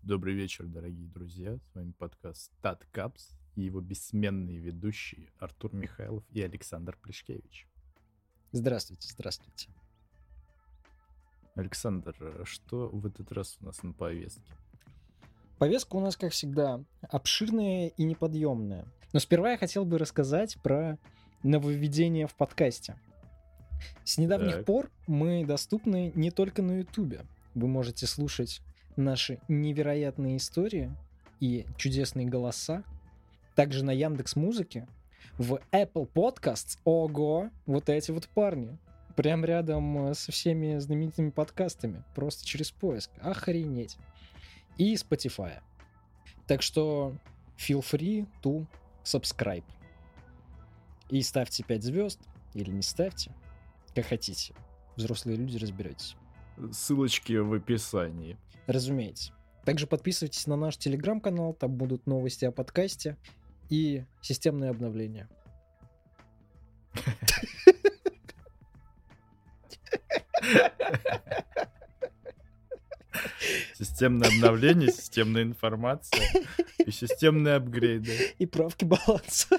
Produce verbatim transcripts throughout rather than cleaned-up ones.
Добрый вечер, дорогие друзья. С вами подкаст StatCaps и его бессменные ведущие Артур Михайлов и Александр Плешкевич. Здравствуйте, здравствуйте. Александр, что в этот раз у нас на повестке? Повестка у нас, как всегда, обширная и неподъемная. Но сперва я хотел бы рассказать про нововведение в подкасте. С недавних Так. пор мы доступны не только на Ютубе. Вы можете слушать наши невероятные истории и чудесные голоса также на Яндекс.Музыке, в Apple Podcasts. Ого, вот эти вот парни. Прям рядом со всеми знаменитыми подкастами. Просто через поиск. Охренеть. И Spotify. Так что feel free to subscribe. И ставьте пять звезд или не ставьте. Как хотите. Взрослые люди, разберетесь. Ссылочки в описании. Разумеется. Также подписывайтесь на наш телеграм-канал. Там будут новости о подкасте и системные обновления. Системное обновление, системная информация и системные апгрейды. И правки баланса.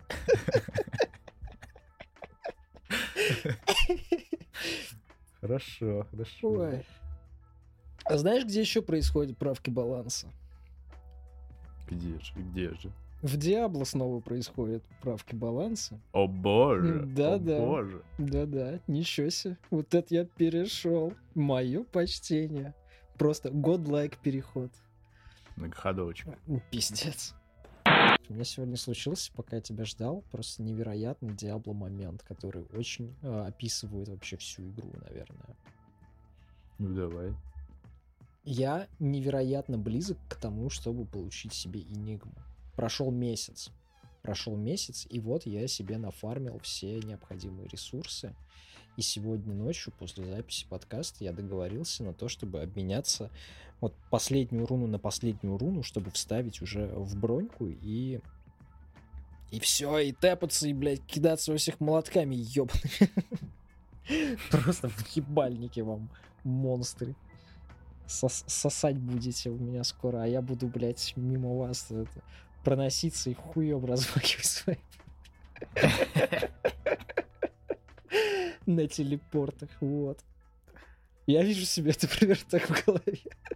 Хорошо, хорошо. Ой. А знаешь, где еще происходят правки баланса? Где же, где же? В Диабло снова происходят правки баланса. О боже, Да, о да. боже. Да-да, ничего себе. Вот это я перешел. Мое почтение. Просто godlike переход. Многоходовочка. Пиздец. У меня сегодня случился, пока я тебя ждал, просто невероятный Диабло момент, который очень э, описывает вообще всю игру, наверное. Ну давай. Я невероятно близок к тому, чтобы получить себе Энигму. Прошел месяц. Прошел месяц, и вот я себе нафармил все необходимые ресурсы. И сегодня ночью, после записи подкаста, я договорился на то, чтобы обменяться вот последнюю руну на последнюю руну, чтобы вставить уже в броньку и... И все, и тэпаться, и, блядь, кидаться во всех молотками, ёбаными. Просто в ебальнике вам, монстры. Сос- сосать будете у меня скоро, а я буду, блядь, мимо вас это, проноситься и хуём размахивать своим. На телепортах, вот. Я вижу себе это примерно так в голове.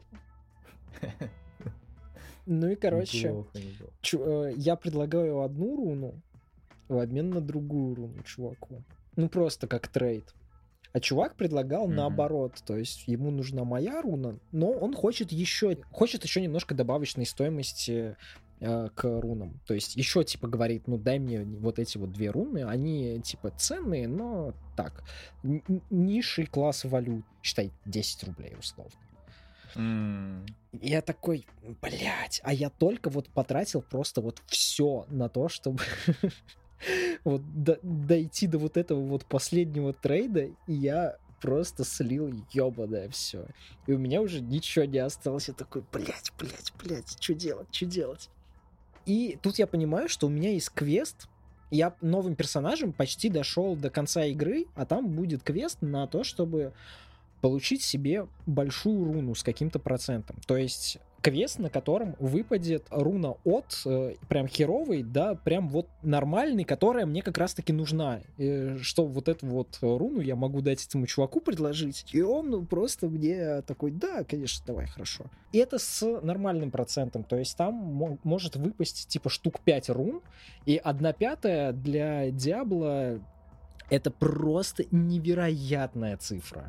Ну и, короче, Неплохо, неплохо. чу- э, я предлагаю одну руну в обмен на другую руну чуваку. Ну, просто как трейд. А чувак предлагал Мгм. наоборот, то есть ему нужна моя руна, но он хочет еще, хочет еще немножко добавочной стоимости э, к рунам. То есть еще типа говорит, ну дай мне вот эти вот две руны, они типа ценные, но так, н- н- низший класс валют, считай, десять рублей условно. М, И я такой, блядь, а я только вот потратил просто вот все на то, чтобы вот до- дойти до вот этого вот последнего трейда, и я просто слил ёбаное все. И у меня уже ничего не осталось. Я такой, блядь, блядь, блядь, что делать, что делать? И тут я понимаю, что у меня есть квест. Я новым персонажем почти дошел до конца игры, а там будет квест на то, чтобы получить себе большую руну с каким-то процентом. То есть квест, на котором выпадет руна от э, прям херовой, да, прям вот нормальной, которая мне как раз-таки нужна. Э, что вот эту вот руну я могу дать этому чуваку предложить, и он ну, просто мне такой, да, конечно, давай, хорошо. И это с нормальным процентом, то есть там мо- может выпасть типа штук пять рун, и одна пятая для Диабло это просто невероятная цифра.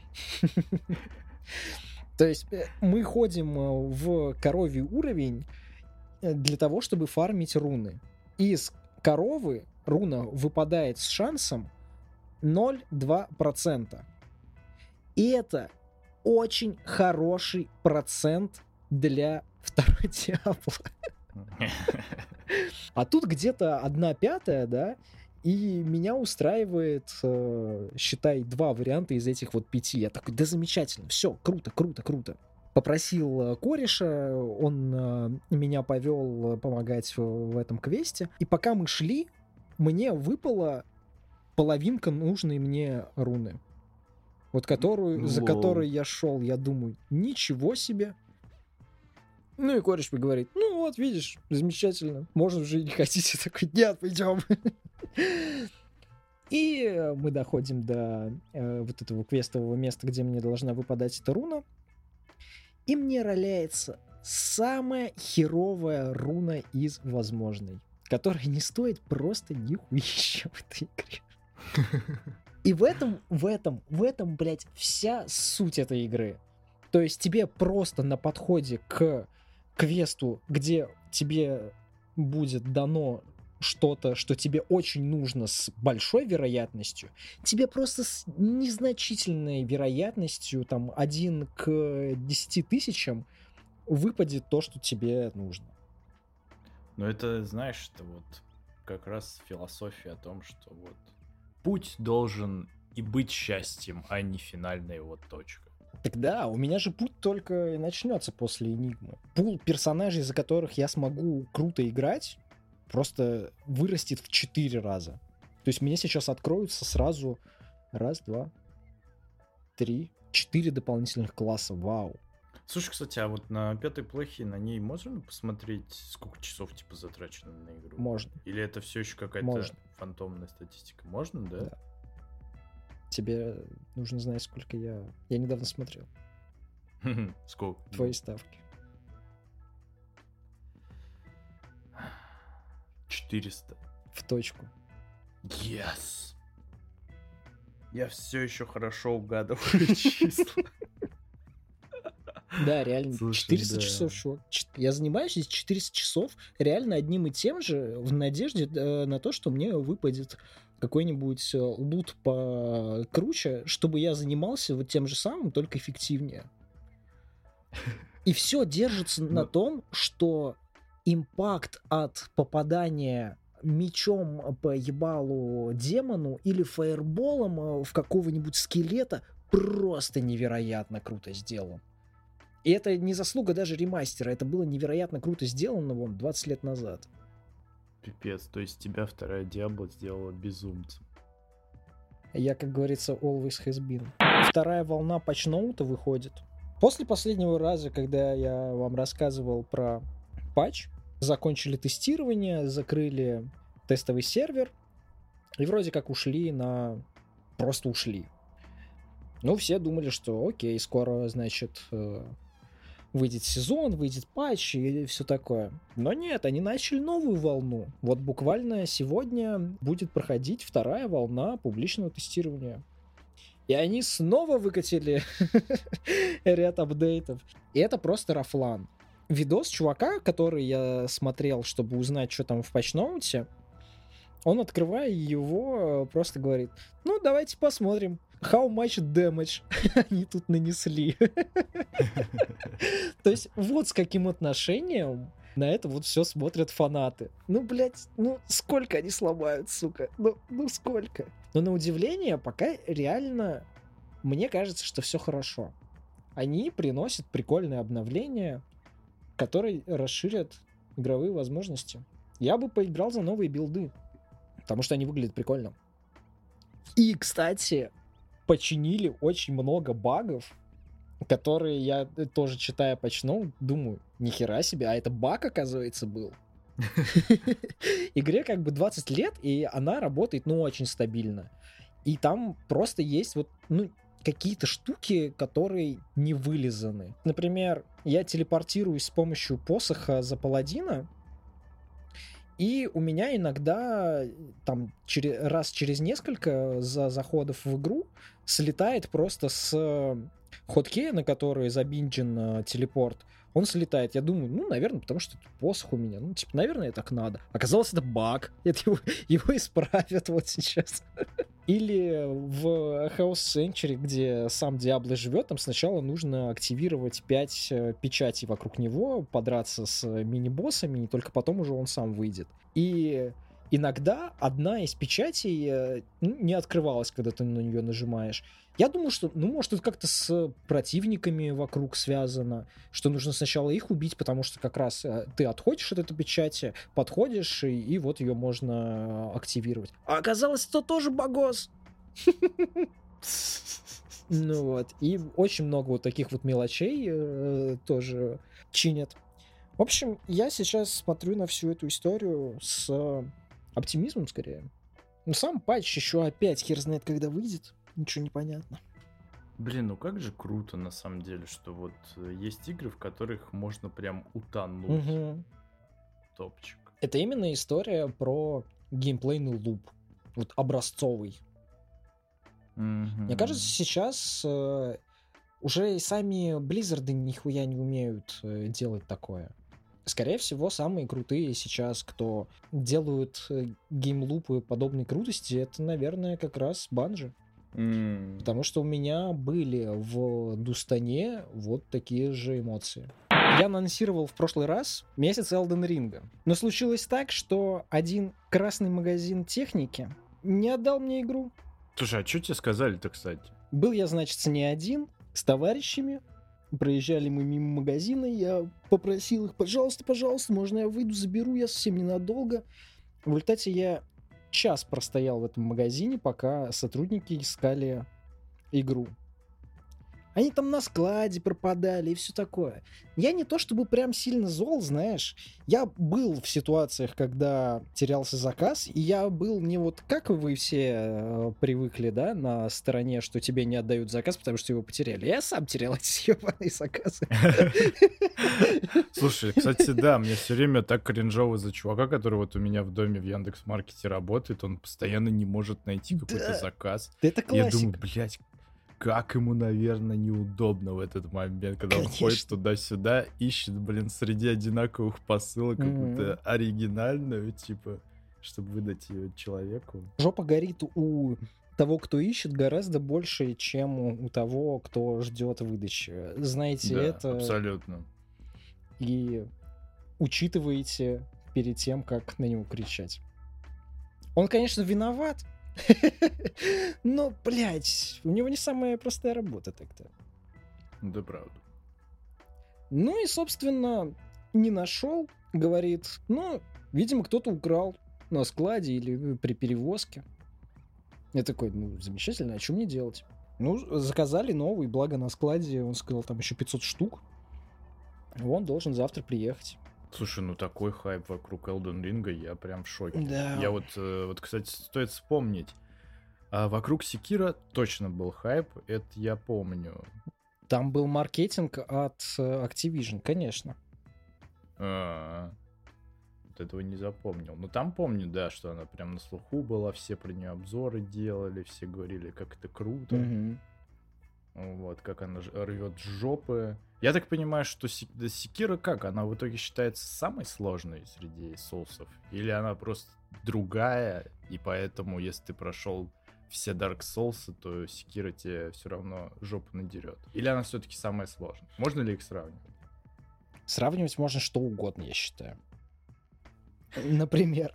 То есть э, мы ходим э, в коровий уровень э, для того, чтобы фармить руны. Из коровы руна выпадает с шансом ноль целых два десятых процента. И это очень хороший процент для второй Диабло. А тут где-то одна пятая, да, и меня устраивает, э, считай, два варианта из этих вот пяти. Я такой, да замечательно, все, круто, круто, круто. Попросил э, кореша, он э, меня повел помогать в, в этом квесте. И пока мы шли, мне выпала половинка нужной мне руны. Вот которую, за Лол. которой я шел, я думаю, ничего себе. Ну и кореш мне говорит, ну вот, видишь, замечательно, можно уже не хотите. Я такой, нет, пойдем. И мы доходим до э, вот этого квестового места, где мне должна выпадать эта руна. И мне роляется самая херовая руна из возможной, которая не стоит просто нихуища в этой игре. И в этом, в этом, в этом, блядь, вся суть этой игры. То есть тебе просто на подходе к квесту, где тебе будет дано что-то, что тебе очень нужно с большой вероятностью, тебе просто с незначительной вероятностью, там, один к десяти тысячам, выпадет то, что тебе нужно. Ну, это, знаешь, это вот как раз философия о том, что вот путь должен и быть счастьем, а не финальная его точка. Так да, у меня же путь только и начнется после Энигмы. Пул персонажей, за которых я смогу круто играть, просто вырастет в четыре раза. То есть мне сейчас откроются сразу раз, два, три, четыре дополнительных класса. Вау. Слушай, кстати, а вот на пятой плохе на ней можно посмотреть, сколько часов типа затрачено на игру? Можно. Или это все еще какая-то Можно. фантомная статистика? Можно, да? Да. Тебе нужно знать, сколько я... Я недавно смотрел. Сколько? Твои ставки. четыреста. В точку. Yes! Я все еще хорошо угадываю числа. Да, реально. Слушай, четыреста да. часов, чувак. Чет- Я занимаюсь здесь четыреста часов реально одним и тем же в надежде э, на то, что мне выпадет какой-нибудь э, лут покруче, чтобы я занимался вот тем же самым, только эффективнее. И все держится на Ну. том, что импакт от попадания мечом по ебалу демону или фаерболом э, в какого-нибудь скелета просто невероятно круто сделан. И это не заслуга даже ремастера, это было невероятно круто сделано вон двадцать лет назад. Пипец, то есть тебя вторая Диабло сделала безумцем. Я, как говорится, always has been. Вторая волна патчноута выходит. После последнего раза, когда я вам рассказывал про патч, закончили тестирование, закрыли тестовый сервер и вроде как ушли на... Просто ушли. Ну, все думали, что окей, скоро, значит, э, выйдет сезон, выйдет патч и все такое. Но нет, они начали новую волну. Вот буквально сегодня будет проходить вторая волна публичного тестирования. И они снова выкатили ряд апдейтов. И это просто рафлан. Видос чувака, который я смотрел, чтобы узнать, что там в патчноуте, он, открывая его, просто говорит: ну, давайте посмотрим, how much damage они тут нанесли. То есть вот с каким отношением на это вот все смотрят фанаты. Ну, блядь, ну сколько они сломают, сука? Ну, ну сколько? Но на удивление, пока реально мне кажется, что все хорошо. Они приносят прикольные обновления, которые расширят игровые возможности. Я бы поиграл за новые билды, потому что они выглядят прикольно. И, кстати, починили очень много багов, которые я тоже, читая патчноут, думаю, нихера себе, а это баг, оказывается, был. Игре как бы двадцать лет, и она работает, ну, очень стабильно. И там просто есть вот, ну, какие-то штуки, которые не вылизаны. Например, я телепортируюсь с помощью посоха за паладина, и у меня иногда там через, раз через несколько за заходов в игру слетает просто с хоткея, на который забинджен э, телепорт, он слетает. Я думаю, ну, наверное, потому что это посох у меня. Ну, типа, наверное, так надо. Оказалось, это баг. Это его, его исправят вот сейчас. Или в Chaos Sanctuary, где сам Диабло живет, там сначала нужно активировать пять печатей вокруг него, подраться с мини-боссами, и только потом уже он сам выйдет. И иногда одна из печатей ну, не открывалась, когда ты на нее нажимаешь. Я думаю, что, ну, может, это как-то с противниками вокруг связано, что нужно сначала их убить, потому что как раз ты отходишь от этой печати, подходишь, и, и вот ее можно активировать. А оказалось, это тоже багос! Ну вот, и очень много вот таких вот мелочей тоже чинят. В общем, я сейчас смотрю на всю эту историю с оптимизмом скорее. Но сам патч еще опять хер знает, когда выйдет. Ничего не понятно. Блин, ну как же круто на самом деле, что вот э, есть игры, в которых можно прям утонуть. Мгм. Топчик. Это именно история про геймплейный луп. Вот образцовый. Мне кажется, Мгм. сейчас э, уже и сами Близзарды нихуя не умеют э, делать такое. Скорее всего, самые крутые сейчас, кто делают э, геймлупы подобной крутости, это, наверное, как раз Банжи. М. Потому что у меня были в Дустане вот такие же эмоции. Я анонсировал в прошлый раз месяц Elden Ring. Но случилось так, что один красный магазин техники не отдал мне игру. Слушай, а что тебе сказали-то, кстати? Был я, значит, не один, с товарищами. Проезжали мы мимо магазина, я попросил их, пожалуйста, пожалуйста, можно я выйду, заберу, я совсем ненадолго. В результате я час простоял в этом магазине, пока сотрудники искали игру. Они там на складе пропадали и все такое. Я не то чтобы прям сильно зол, знаешь. Я был в ситуациях, когда терялся заказ, и я был не вот как вы все э, привыкли, да, на стороне, что тебе не отдают заказ, потому что его потеряли. Я сам терял эти ебаные заказы. Слушай, кстати, да, мне все время так кринжово за чувака, который вот у меня в доме в Яндекс.Маркете работает, он постоянно не может найти какой-то Да, заказ. это И я думаю, классика. блядь, как ему, наверное, неудобно в этот момент, когда он ходит Конечно. туда-сюда, ищет, блин, среди одинаковых посылок Мгм. какую-то оригинальную, типа, чтобы выдать ее человеку. Жопа горит у того, кто ищет, гораздо больше, чем у у того, кто ждет выдачи. Знаете Да, это абсолютно. и учитываете перед тем, как на него кричать. Он, конечно, виноват, но, блядь, у него не самая простая работа тогда. Да, правда. Ну и, собственно, не нашел, говорит, ну, видимо, кто-то украл на складе или при перевозке. Я такой, ну, замечательно, а что мне делать? Ну, заказали новый, благо на складе, он сказал, там еще пятьсот штук. Он должен завтра приехать. Слушай, ну такой хайп вокруг Elden Ring, я прям в шоке. Да. Я вот, э, вот, кстати, стоит вспомнить. А вокруг Секира точно был хайп, это я помню. Там был маркетинг от э, Activision, конечно. А, вот этого не запомнил. Но там помню, да, что она прям на слуху была, все про нее обзоры делали, все говорили, как это круто. Мгм. Вот, как она ж- рвет жопы. Я так понимаю, что Сек- да, Секира как? Она в итоге считается самой сложной среди соусов? Или она просто другая, и поэтому, если ты прошел все Dark Souls, то Секира тебе все равно жопу надерет? Или она все-таки самая сложная? Можно ли их сравнивать? Сравнивать можно что угодно, я считаю. Например,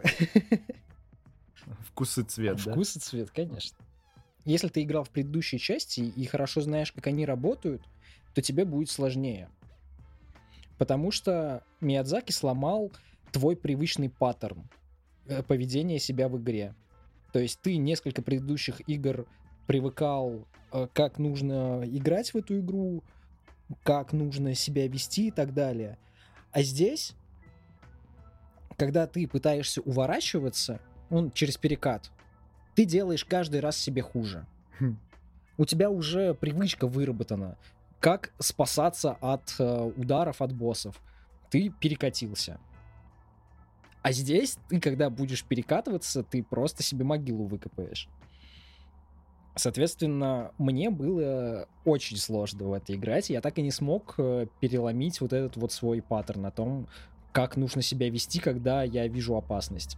Вкус и цвет, да? вкус и цвет, конечно. Если ты играл в предыдущей части и хорошо знаешь, как они работают, то тебе будет сложнее. Потому что Миядзаки сломал твой привычный паттерн э, поведения себя в игре. То есть ты несколько предыдущих игр привыкал, э, как нужно играть в эту игру, как нужно себя вести и так далее. А здесь, когда ты пытаешься уворачиваться, он через перекат, ты делаешь каждый раз себе хуже. Хм. У тебя уже привычка выработана, как спасаться от э, ударов от боссов. Ты перекатился. А здесь ты, когда будешь перекатываться, ты просто себе могилу выкопаешь. Соответственно, мне было очень сложно в это играть. Я так и не смог э, переломить вот этот вот свой паттерн о том, как нужно себя вести, когда я вижу опасность.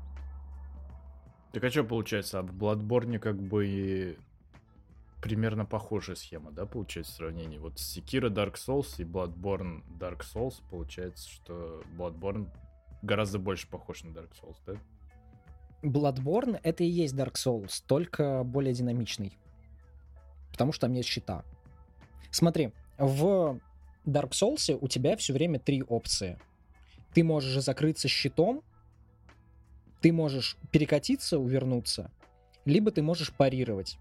Так а что получается? А в Bloodborne как бы и примерно похожая схема, да, получается, в сравнении? Вот Sekiro Dark Souls и Bloodborne Dark Souls, получается, что Bloodborne гораздо больше похож на Dark Souls, да? Bloodborne — это и есть Dark Souls, только более динамичный. Потому что там нет щита. Смотри, в Dark Souls у тебя все время три опции. Ты можешь закрыться щитом, ты можешь перекатиться, увернуться, либо ты можешь парировать.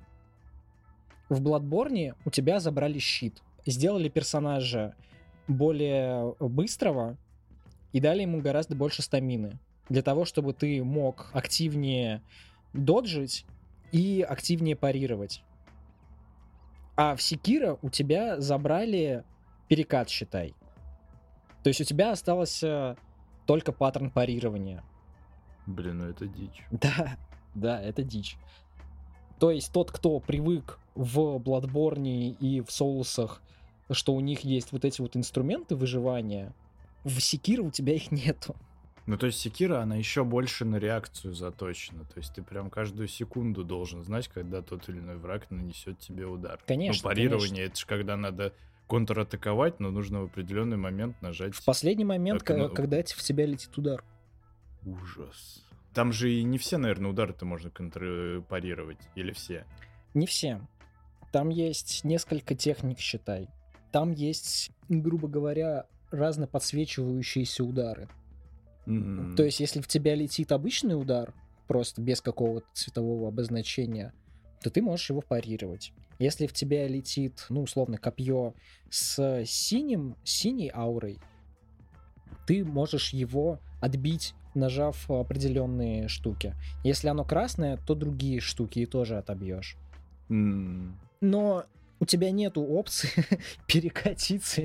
В Bloodborne у тебя забрали щит. Сделали персонажа более быстрого, и дали ему гораздо больше стамины. Для того, чтобы ты мог активнее доджить и активнее парировать. А в Секиро у тебя забрали перекат, считай. То есть у тебя остался только паттерн парирования. Блин, ну это дичь. Да, да, это дичь. То есть тот, кто привык в Bloodborne и в Соулсах, что у них есть вот эти вот инструменты выживания, в Секиро у тебя их нету. Ну, то есть Секира, она еще больше на реакцию заточена. То есть ты прям каждую секунду должен знать, когда тот или иной враг нанесет тебе удар. Конечно, Ну, парирование, конечно. это же когда надо контратаковать, но нужно в определенный момент нажать... В последний момент, Так, ну, к- когда в тебя летит удар. Ужас. Там же и не все, наверное, удары-то можно контрпарировать. Или все? Не все. Там есть несколько техник, считай. Там есть, грубо говоря, разно подсвечивающиеся удары. М-м. То есть, если в тебя летит обычный удар, просто без какого-то цветового обозначения, то ты можешь его парировать. Если в тебя летит, ну, условно, копье с синим, синей аурой, ты можешь его отбить, нажав определенные штуки. Если оно красное, то другие штуки и тоже отобьешь. М. Но у тебя нету опции перекатиться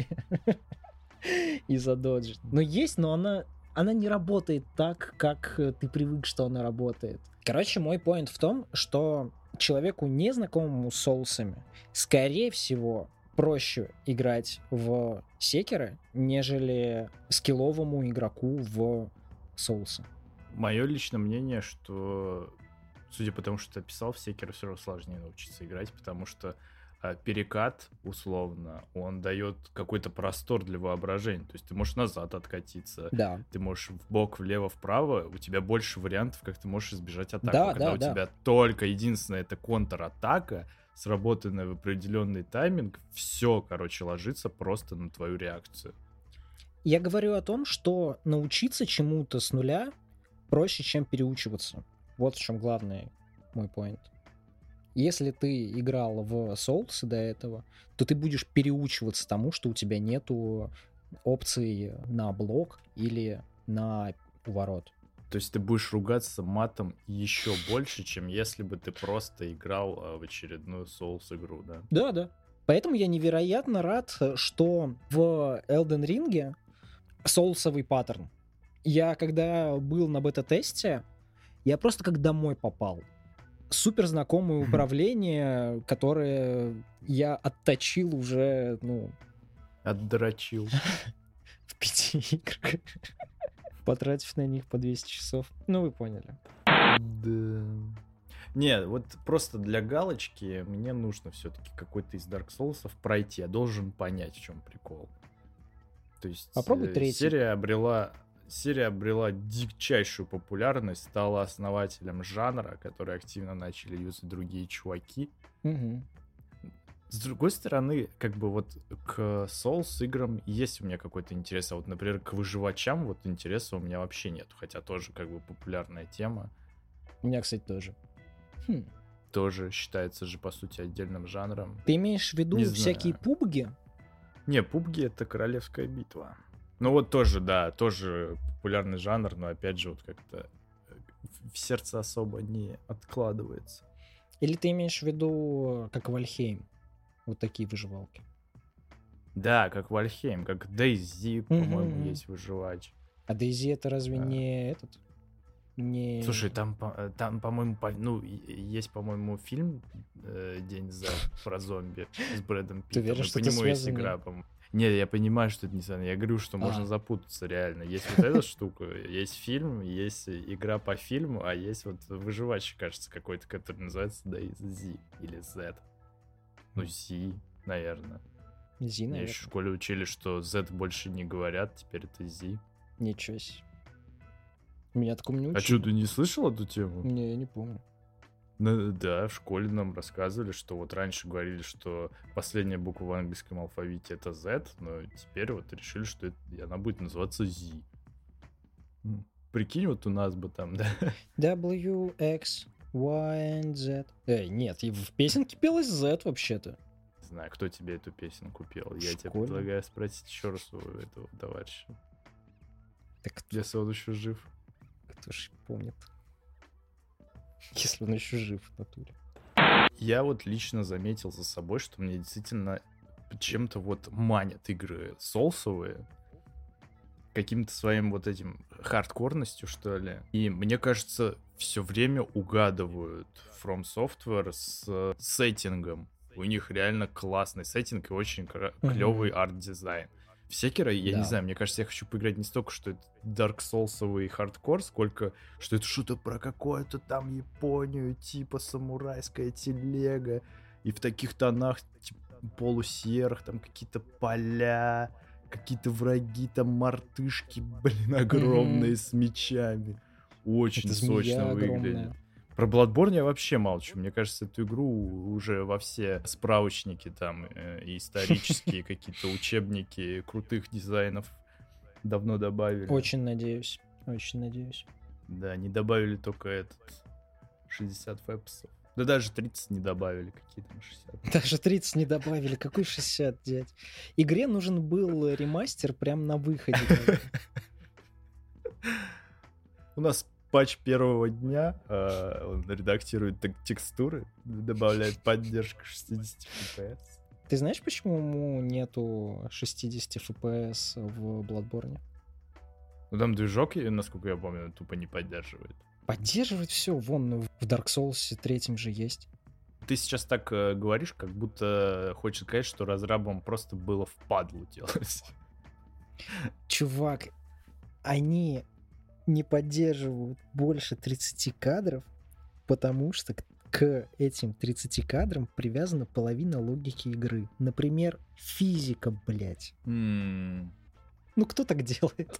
и задоджить. Но есть, но она, она не работает так, как ты привык, что она работает. Короче, мой поинт в том, что человеку, незнакомому с соусами, скорее всего, проще играть в секеры, нежели скилловому игроку в соусы. Мое личное мнение, что, судя по тому, что ты описал, в секеры все равно сложнее научиться играть, потому что а, перекат, условно, он дает какой-то простор для воображения. То есть ты можешь назад откатиться, Да. ты можешь в бок, влево, вправо, у тебя больше вариантов, как ты можешь избежать атаки. Да, Когда да, у да. тебя только единственное это контратака, сработанная в определенный тайминг, все, короче, ложится просто на твою реакцию. Я говорю о том, что научиться чему-то с нуля проще, чем переучиваться. Вот в чем главный мой поинт. Если ты играл в Souls до этого, то ты будешь переучиваться тому, что у тебя нету опции на блок или на уворот. То есть ты будешь ругаться матом еще больше, чем если бы ты просто играл а, в очередную Souls игру, да? Да, да. Поэтому я невероятно рад, что в Elden Ring соусовый паттерн. Я когда был на бета-тесте, я просто как домой попал. Супер знакомое управление, которое я отточил уже, ну... Отдрочил. В пяти играх. Потратив на них по двести часов. Ну, вы поняли. Да. Не, вот просто для галочки мне нужно все-таки какой-то из Dark Souls пройти. Я должен понять, в чем прикол. То есть Попробуй э, третий. серия обрела... Серия обрела дичайшую популярность, стала основателем жанра, который активно начали юзать другие чуваки. Угу. С другой стороны, как бы вот к Souls играм есть у меня какой-то интерес, а вот, например, к выживачам вот интереса у меня вообще нет, хотя тоже как бы популярная тема, У меня, кстати, тоже. Хм. тоже считается же по сути отдельным жанром. Ты имеешь в виду Не всякие знаю. пубги? Не, пубги это королевская битва. Ну вот тоже, да, тоже популярный жанр, но опять же вот как-то в сердце особо не откладывается. Или ты имеешь в виду, как Вальхейм? Вот такие выживалки. Да, как Вальхейм, как DayZ, по-моему, Мгм. есть выживач. А Дейзи это разве А. не этот? Не... Слушай, там, по- там, по-моему, по- ну, и- есть, по-моему, фильм э, День Z про зомби с Брэдом Питтом. уверен, и что по это нему есть связано? игра, по-моему. Нет, я понимаю, что это не связано. Я говорю, что можно А. запутаться реально. Есть вот эта штука, есть фильм, есть игра по фильму, а есть вот выживач, кажется, какой-то, который называется DayZ или Z. Ну, Z, наверное. Зи, Меня наверное. еще в школе учили, что Z больше не говорят, теперь это Z. Ничего себе. Меня такому не учили. А что, ты не слышал эту тему? Не, я не помню. Ну, да, в школе нам рассказывали, что вот раньше говорили, что последняя буква в английском алфавите это Z, но теперь вот решили, что это, она будет называться Z. М, Прикинь, вот у нас бы там, да? W, X, Y, and Z. Эй, нет, и в песенке пелось Z вообще-то. Не знаю, кто тебе эту песенку пел. В Я тебе школе. предлагаю спросить еще раз у этого товарища. Так Если он еще жив. кто ж помнит. Если он еще жив в натуре. Я вот лично заметил за собой, что мне действительно чем-то вот манят игры соусовые. Каким-то своим вот этим хардкорностью, что ли. И мне кажется, все время угадывают From Software с сеттингом. У них реально классный сеттинг и очень кра- Мгм. клевый арт-дизайн. В Sekiro, я Да. не знаю, мне кажется, я хочу поиграть не столько, что это Dark Souls'овый хардкор, сколько, что это что-то про какую-то там Японию, типа самурайская телега, и в таких тонах, типа, полусерых, там какие-то поля, какие-то враги, там мартышки, блин, огромные Мгм. с мечами. Очень Это сочно змея выглядит. огромная. Про Bloodborne я вообще молчу. Мне кажется, эту игру уже во все справочники там э, и исторические какие-то учебники крутых дизайнов давно добавили. Очень надеюсь. Очень надеюсь. Да, не добавили только этот шестьдесят фэпсов. Да даже тридцать не добавили, какие там шестьдесят. Даже тридцать не добавили. Какой шестьдесят, дядь? Игре нужен был ремастер прям на выходе. У нас патч первого дня, э, он редактирует так- текстуры, добавляет поддержку шестьдесят эф пи эс. Ты знаешь, почему нету шестьдесят эф пи эс в Bloodborne? Ну там движок, и, насколько я помню, тупо не поддерживает. Поддерживает все. Вон, ну, в Dark Souls третьем же есть. Ты сейчас так э, говоришь, как будто хочешь сказать, что разрабам просто было впадлу делать. Чувак, они не поддерживают больше тридцати кадров, потому что к- к этим тридцати кадрам привязана половина логики игры. Например, физика, блядь. М, Ну кто так делает?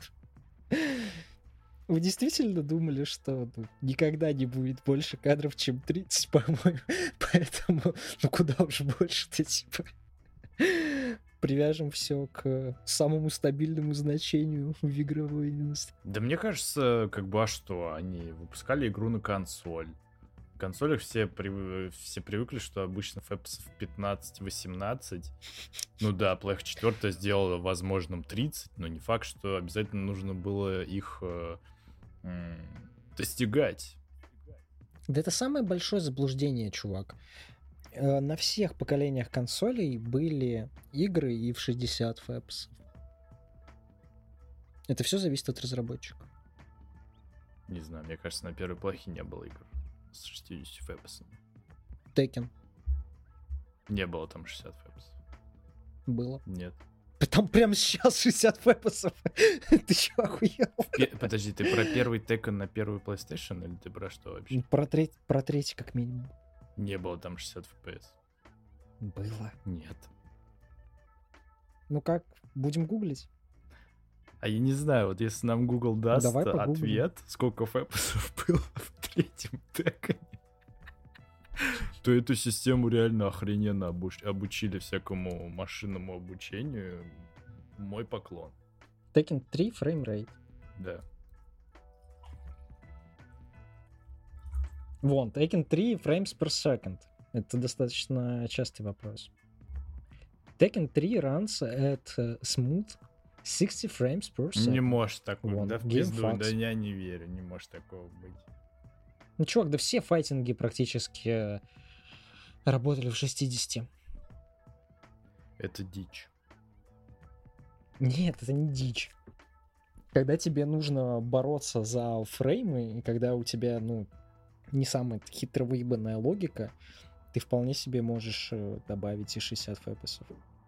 Вы действительно думали, что ну, никогда не будет больше кадров, чем тридцать, по-моему? Поэтому, ну куда уж больше-то, типа. Привяжем все к самому стабильному значению в игровой индустрии. Да мне кажется, как бы, а что, они выпускали игру на консоль. В консолях все, прив- все привыкли, что обычно фэпсов пятнадцать-восемнадцать. Ну да, Плех четыре сделала возможным тридцать, но не факт, что обязательно нужно было их э, м, достигать. Да это самое большое заблуждение, чувак. Э, На всех поколениях консолей были игры и в шестьдесят фэпс. Это все зависит от разработчика. Не знаю, мне кажется, на первой плохе не было игр с шестьдесят фэпсами. Tekken Не было там шестьдесят фэпсов. было. Нет. Там прямо сейчас шестьдесят фэпсов. Ты чё, охуел? Пе- Подожди, ты про первый Tekken на первую PlayStation или ты про что вообще? Про треть, про третий как минимум. Не было там шестьдесят эф пи эс. Было. Нет. Ну как, будем гуглить? А я не знаю, вот если нам Google даст Давай погуглим. ответ, сколько фэпсов было в третьем Tekken'е, то эту систему реально охрененно обуч- обучили всякому машинному обучению. Мой поклон. Tekken три фреймрейт. Да. Вон, Tekken три frames per second. Это достаточно частый вопрос. Tekken три runs at uh, smooth sixty frames per second. Не может такого, Вон, да в Game пизду, Facts. да я не верю, не может такого быть. Ну, чувак, да все файтинги практически э, работали в шестидесяти. Это дичь. Нет, это не дичь. Когда тебе нужно бороться за фреймы, и когда у тебя, ну, не самая хитро выебанная логика, ты вполне себе можешь э, добавить и шестьдесят фпс.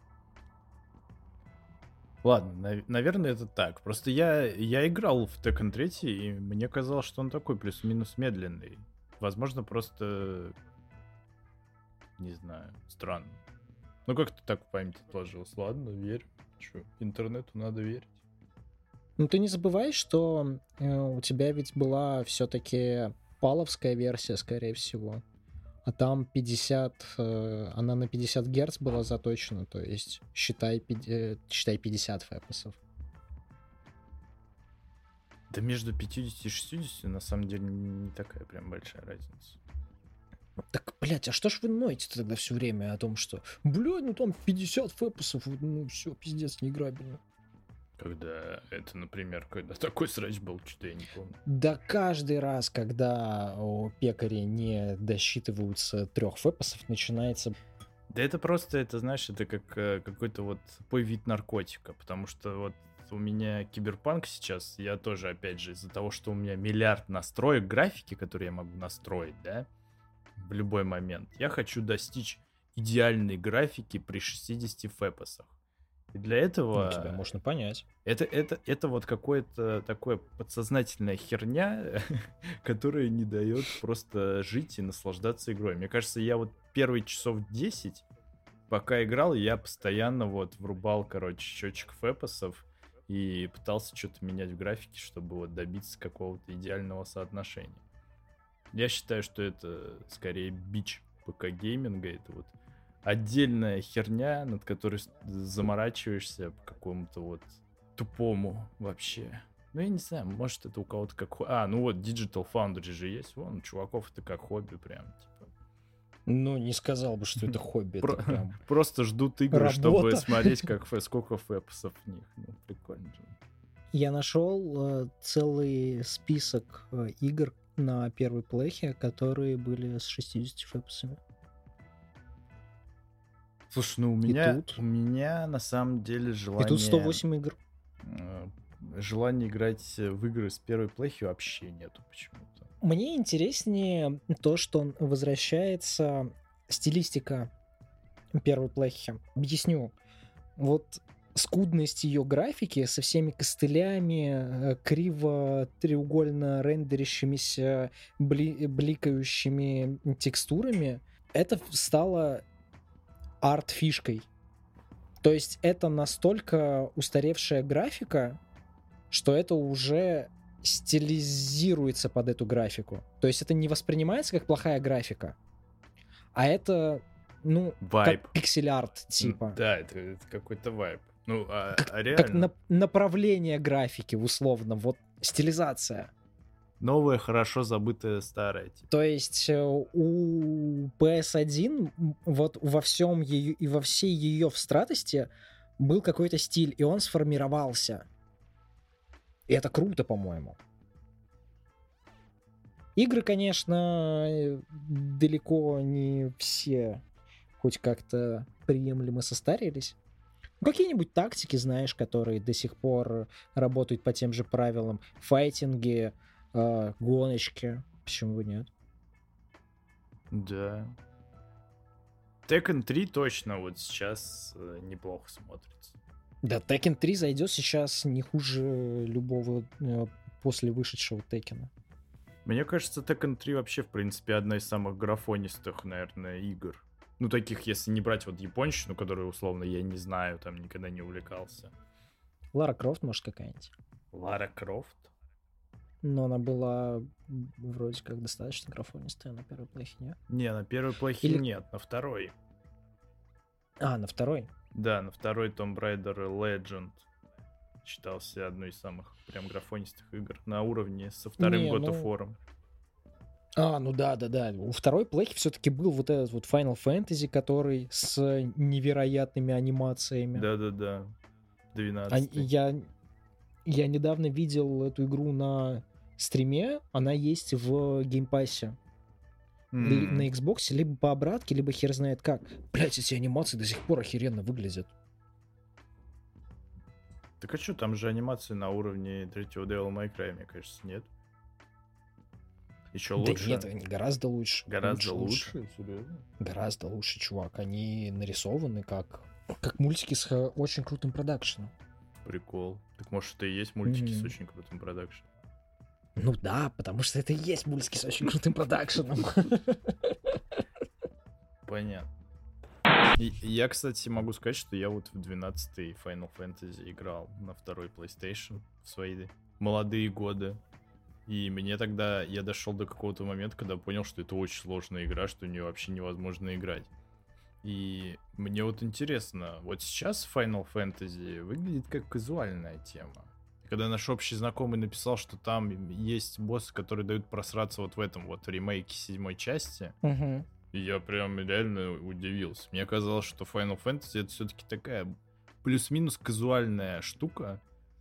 Ладно, нав- наверное, это так. Просто я, я играл в Tekken три, и мне казалось, что он такой плюс-минус медленный. Возможно, просто... Не знаю, странно. Ну, как-то так в памяти отложилось. Ладно, верю. Чё, интернету надо верить. Ну, ты не забывай, что э, у тебя ведь была все-таки паловская версия, скорее всего. А там пятьдесят, э, она на пятьдесят герц была заточена, то есть считай, пяти- считай пятьдесят фпс. Да между пятьдесят и шестьдесят на самом деле не такая прям большая разница. Так, блядь, а что ж вы ноете тогда все время о том, что, блядь, ну там пятьдесят фпс, ну все, пиздец, неиграбельно. Когда это, например, когда такой срач был, что-то я не помню. Да каждый раз, когда у пекаря не досчитываются трех фэпосов, начинается... Да это просто, это, знаешь, это как э, какой-то вот тупой вид наркотика, потому что вот у меня киберпанк сейчас, я тоже, опять же, из-за того, что у меня миллиард настроек графики, которые я могу настроить, да, в любой момент, я хочу достичь идеальной графики при шестидесяти фэпосах. И для этого... Ну, тебя можно понять. Это, это, это вот какое-то такое подсознательная херня, которая не дает просто жить и наслаждаться игрой. Мне кажется, я вот первые часов десять, пока играл, я постоянно вот врубал, короче, счетчик фэпосов и пытался что-то менять в графике, чтобы вот добиться какого-то идеального соотношения. Я считаю, что это скорее бич ПК-гейминга, это вот отдельная херня, над которой заморачиваешься по какому-то вот тупому вообще. Ну, я не знаю, может, это у кого-то как... А, ну вот, Digital Foundry же есть. Вон, у чуваков это как хобби прям, типа. Ну, не сказал бы, что это хобби. Про- Это прям Просто ждут игры, работа. чтобы смотреть, как фэ- сколько фэпсов в них. Ну, прикольно же. Я нашел э, целый список э, игр на первой плейхе, которые были с шестьюдесятью фэпсами. Слушай, ну у И меня, тут- у меня на самом деле желание... И тут сто восемь игр. э, Желания играть в игры с первой плейхи вообще нету почему-то. Мне интереснее то, что возвращается стилистика первой плейхи. Объясню. Вот скудность ее графики со всеми костылями, э, криво треугольно рендерящимися, бли- бликающими текстурами, это стало арт-фишкой. То есть это настолько устаревшая графика, что это уже стилизируется под эту графику. То есть это не воспринимается как плохая графика, а это, ну, Вайб. как пиксель-арт, М, типа. Да, это, это какой-то вайб. Ну, а, а Как реально, нап- направление графики, условно, вот стилизация. новое, хорошо забытое старое. Типа. То есть э, у пи эс один м, вот во всем ее и во всей ее встратости был какой-то стиль, и он сформировался. И это круто, по-моему. Игры, конечно, э, далеко не все хоть как-то приемлемо состарились. Ну, какие-нибудь тактики, знаешь, которые до сих пор работают по тем же правилам. Файтинги, э, гоночки. Почему бы нет? Да. Tekken три точно вот сейчас э, неплохо смотрится. Да, Tekken три зайдет сейчас не хуже любого э, после вышедшего Текена. Мне кажется, Tekken три вообще, в принципе, одна из самых графонистых, наверное, игр. Ну, таких, если не брать вот японщину, которую, условно, я не знаю, там никогда не увлекался. Лара Крофт, может, какая-нибудь. Лара Крофт? Но она была м, вроде как достаточно графонистая на первой плейхе, не? Не, на первой плохе Или- нет, на второй. А, на второй. Да, на второй Tomb Raider Legend считался одной из самых прям графонистых игр на уровне со вторым Не, God of ну- War. А, ну да, да, да. У второй плейхи все-таки был вот этот вот Final Fantasy, который с невероятными анимациями. Да-да-да. А двенадцать. я, я недавно видел эту игру на стриме, она есть в геймпассе. Ли- на Xbox, либо по обратке, либо хер знает как. Блять, эти анимации до сих пор охеренно выглядят. Так а что, там же анимации на уровне третьего Devil May Cry, мне кажется, нет? Еще лучше? Да нет, они гораздо лучше. Гораздо лучше? Серьезно? Гораздо лучше, чувак. Они нарисованы как, как мультики с х- очень крутым продакшеном. Прикол. Так может это и есть мультики с Мгм. очень крутым продакшеном? Ну да, потому что это и есть мультики с очень крутым продакшеном. Понятно. И- и я, кстати, могу сказать, что я вот в двенадцатый Final Fantasy играл на второй PlayStation в свои молодые годы. И мне тогда, я дошел до какого-то момента, когда понял, что это очень сложная игра, что в нее вообще невозможно играть. И мне вот интересно, вот сейчас Final Fantasy выглядит как казуальная тема. Когда наш общий знакомый написал, что там есть боссы, которые дают просраться вот в этом вот ремейке седьмой части, Мгм. и я прям реально удивился. Мне казалось, что Final Fantasy это все-таки такая плюс-минус казуальная штука,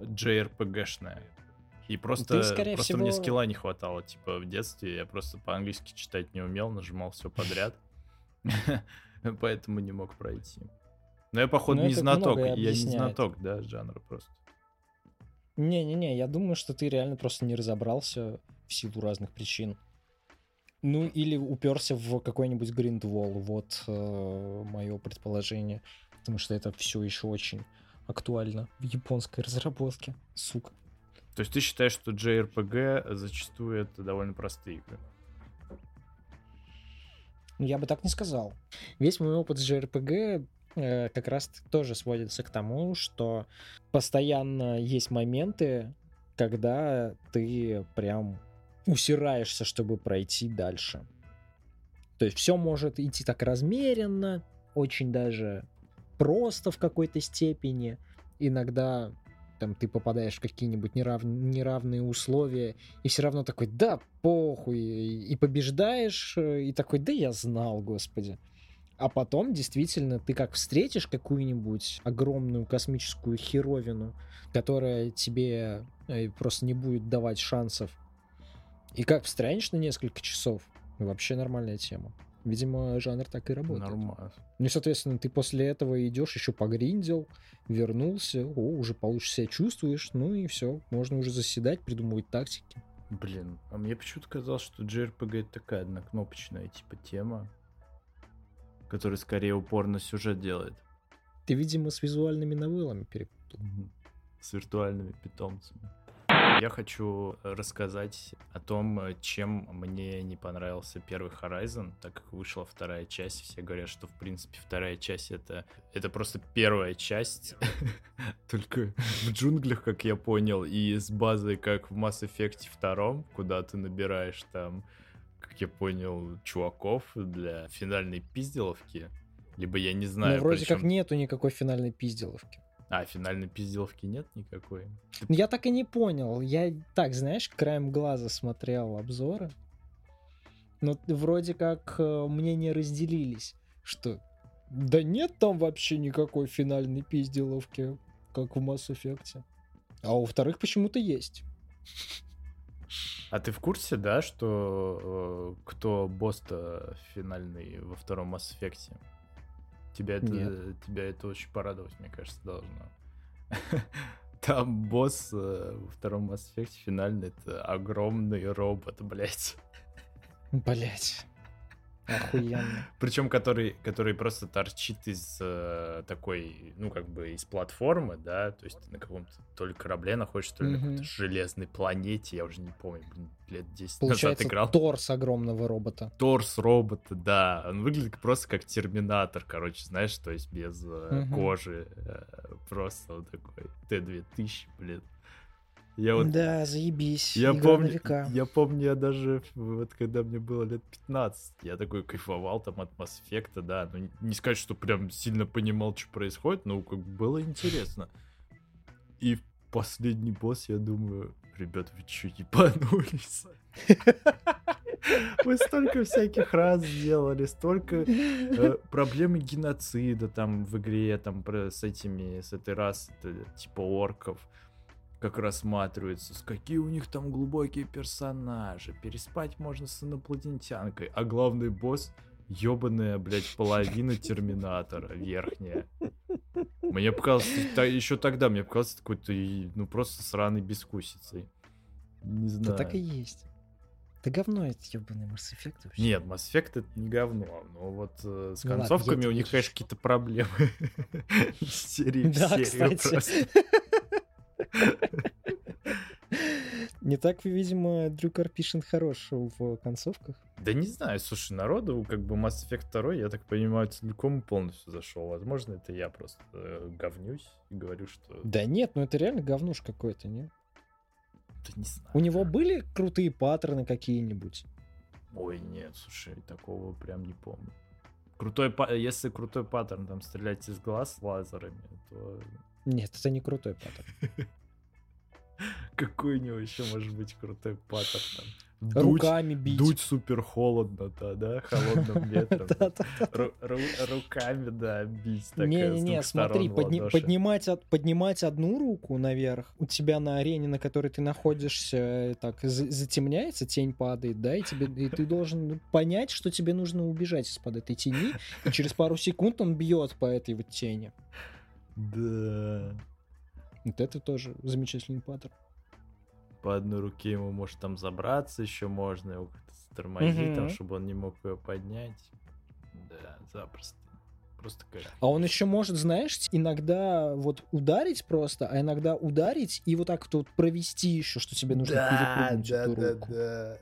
джей ар пи джи-шная. И просто, Ты, скорее просто всего- мне скилла не хватало. Типа в детстве я просто по-английски читать не умел, нажимал все подряд. Поэтому не мог пройти. Но я, походу, Ну, не это знаток. многое Я не объясняет. знаток, да, жанра просто. Не-не-не, я думаю, что ты реально просто не разобрался в силу разных причин. Ну, или уперся в какой-нибудь гриндвол. Вот э, мое предположение. Потому что это все еще очень актуально в японской разработке. Сука. То есть ты считаешь, что джей ар пи джи зачастую это довольно простые игры? Ну, я бы так не сказал. Весь мой опыт с джей ар пи джи э, как раз тоже сводится к тому, что постоянно есть моменты, когда ты прям усираешься, чтобы пройти дальше. То есть все может идти так размеренно, очень даже просто в какой-то степени. Иногда там ты попадаешь в какие-нибудь нерав... неравные условия, и все равно такой, да, похуй, и побеждаешь, и такой, да я знал, господи. А потом, действительно, ты как встретишь какую-нибудь огромную космическую херовину, которая тебе э, просто не будет давать шансов, и как встрянешь на несколько часов, вообще нормальная тема. Видимо, жанр так и работает. Нормально. Ну и, соответственно, ты после этого идешь, еще погриндил, вернулся, о, уже получше себя чувствуешь, ну и все, можно уже заседать, придумывать тактики. Блин, а мне почему-то казалось, что джей ар пи джи это такая однокнопочная типа тема, которая скорее упор на сюжет делает. Ты, видимо, с визуальными новеллами перепутал. С виртуальными питомцами. Я хочу рассказать о том, чем мне не понравился первый Horizon, так как вышла вторая часть. Все говорят, что, в принципе, вторая часть это, это просто первая часть, только в джунглях, как я понял, и с базой, как в Mass Effect два, куда ты набираешь там, как я понял, чуваков для финальной пизделовки. Либо я не знаю. Но вроде причем... как нету никакой финальной пизделовки. А, финальной пизделовки нет никакой? Ну, я так и не понял. Я так, знаешь, краем глаза смотрел обзоры. Но вроде как э, мнения разделились, что да нет там вообще никакой финальной пизделовки, как в Mass Effect. А у вторых почему-то есть. А ты в курсе, да, что э, кто босс-то финальный во втором Mass Effect? Тебя это, Нет. тебя это очень порадовать, мне кажется, должно. Там босс э, во втором Mass Effect финальный — это огромный робот, блять. Блять. Охуенно. Причем который, который просто торчит из э, такой, ну, как бы из платформы, да, то есть ты на каком-то то ли корабле находишься, то ли Мгм. на какой-то железной планете, я уже не помню, блин, лет десять назад Получается, играл. торс огромного робота. Торс робота, да. Он выглядит просто как терминатор, короче, знаешь, то есть без э, Мгм. кожи. э, просто вот такой Т две тысячи, блин. Я вот, Да, заебись. я Игра на помню, века. я помню, я даже, вот когда мне было лет пятнадцать, я такой кайфовал там от Mass Effect, да. Ну, не- не сказать, что прям сильно понимал, что происходит, но как бы было интересно. И последний босс, я думаю, ребят, вы чё, ебанулись? Вы столько всяких раз сделали, столько э, проблемы геноцида там в игре, там про- с этими, с этой расой, типа орков, как рассматривается, с какие у них там глубокие персонажи, переспать можно с инопланетянкой, а главный босс ёбаная, блядь, половина Терминатора, верхняя. Мне показалось, та- еще тогда мне показалось какой-то, и, ну, просто сраной бескусицей. Не Да знаю. так и есть. Да говно это ебаный Mass Effect вообще. Нет, Mass Effect это не говно, но вот э, с Ну ладно, концовками я у тебе них, верю. конечно, какие-то проблемы. Из серии в Да, серию кстати. просто. Не так, видимо, Дрю Карпишин хорош в концовках. Да не знаю, слушай, народу, как бы Mass Effect два, я так понимаю, целиком и полностью зашел. Возможно, это я просто э, говнюсь и говорю, что... Да нет, ну это реально говнуш какой-то, не? Да не знаю. У него были крутые паттерны какие-нибудь? Ой, нет, слушай, такого прям не помню. Крутой, па- если крутой паттерн, там, стрелять из глаз лазерами, то... Нет, это не крутой паттерн. Какой у него еще может быть крутой паттерн там? Дуть, Руками бить. Дуть супер холодно-то, да? Холодным ветром. Ру- ру- Руками, да, бить. так, э, с Не-не-не, двух смотри, сторон подни- ладоши. поднимать, од- поднимать одну руку наверх, у тебя на арене, на которой ты находишься, э, так за- затемняется, тень падает, да, и, тебе, и ты должен понять, что тебе нужно убежать из-под этой тени, и через пару секунд он бьет по этой вот тени. Да. Вот это тоже замечательный паттерн. По одной руке ему, может, там забраться еще можно, его как-то стормозить, там, Мгм. чтобы он не мог ее поднять. Да, запросто. Просто как... А он еще может, знаешь, иногда вот ударить просто, а иногда ударить и вот так вот провести еще, что тебе нужно перепрыгнуть эту руку. да.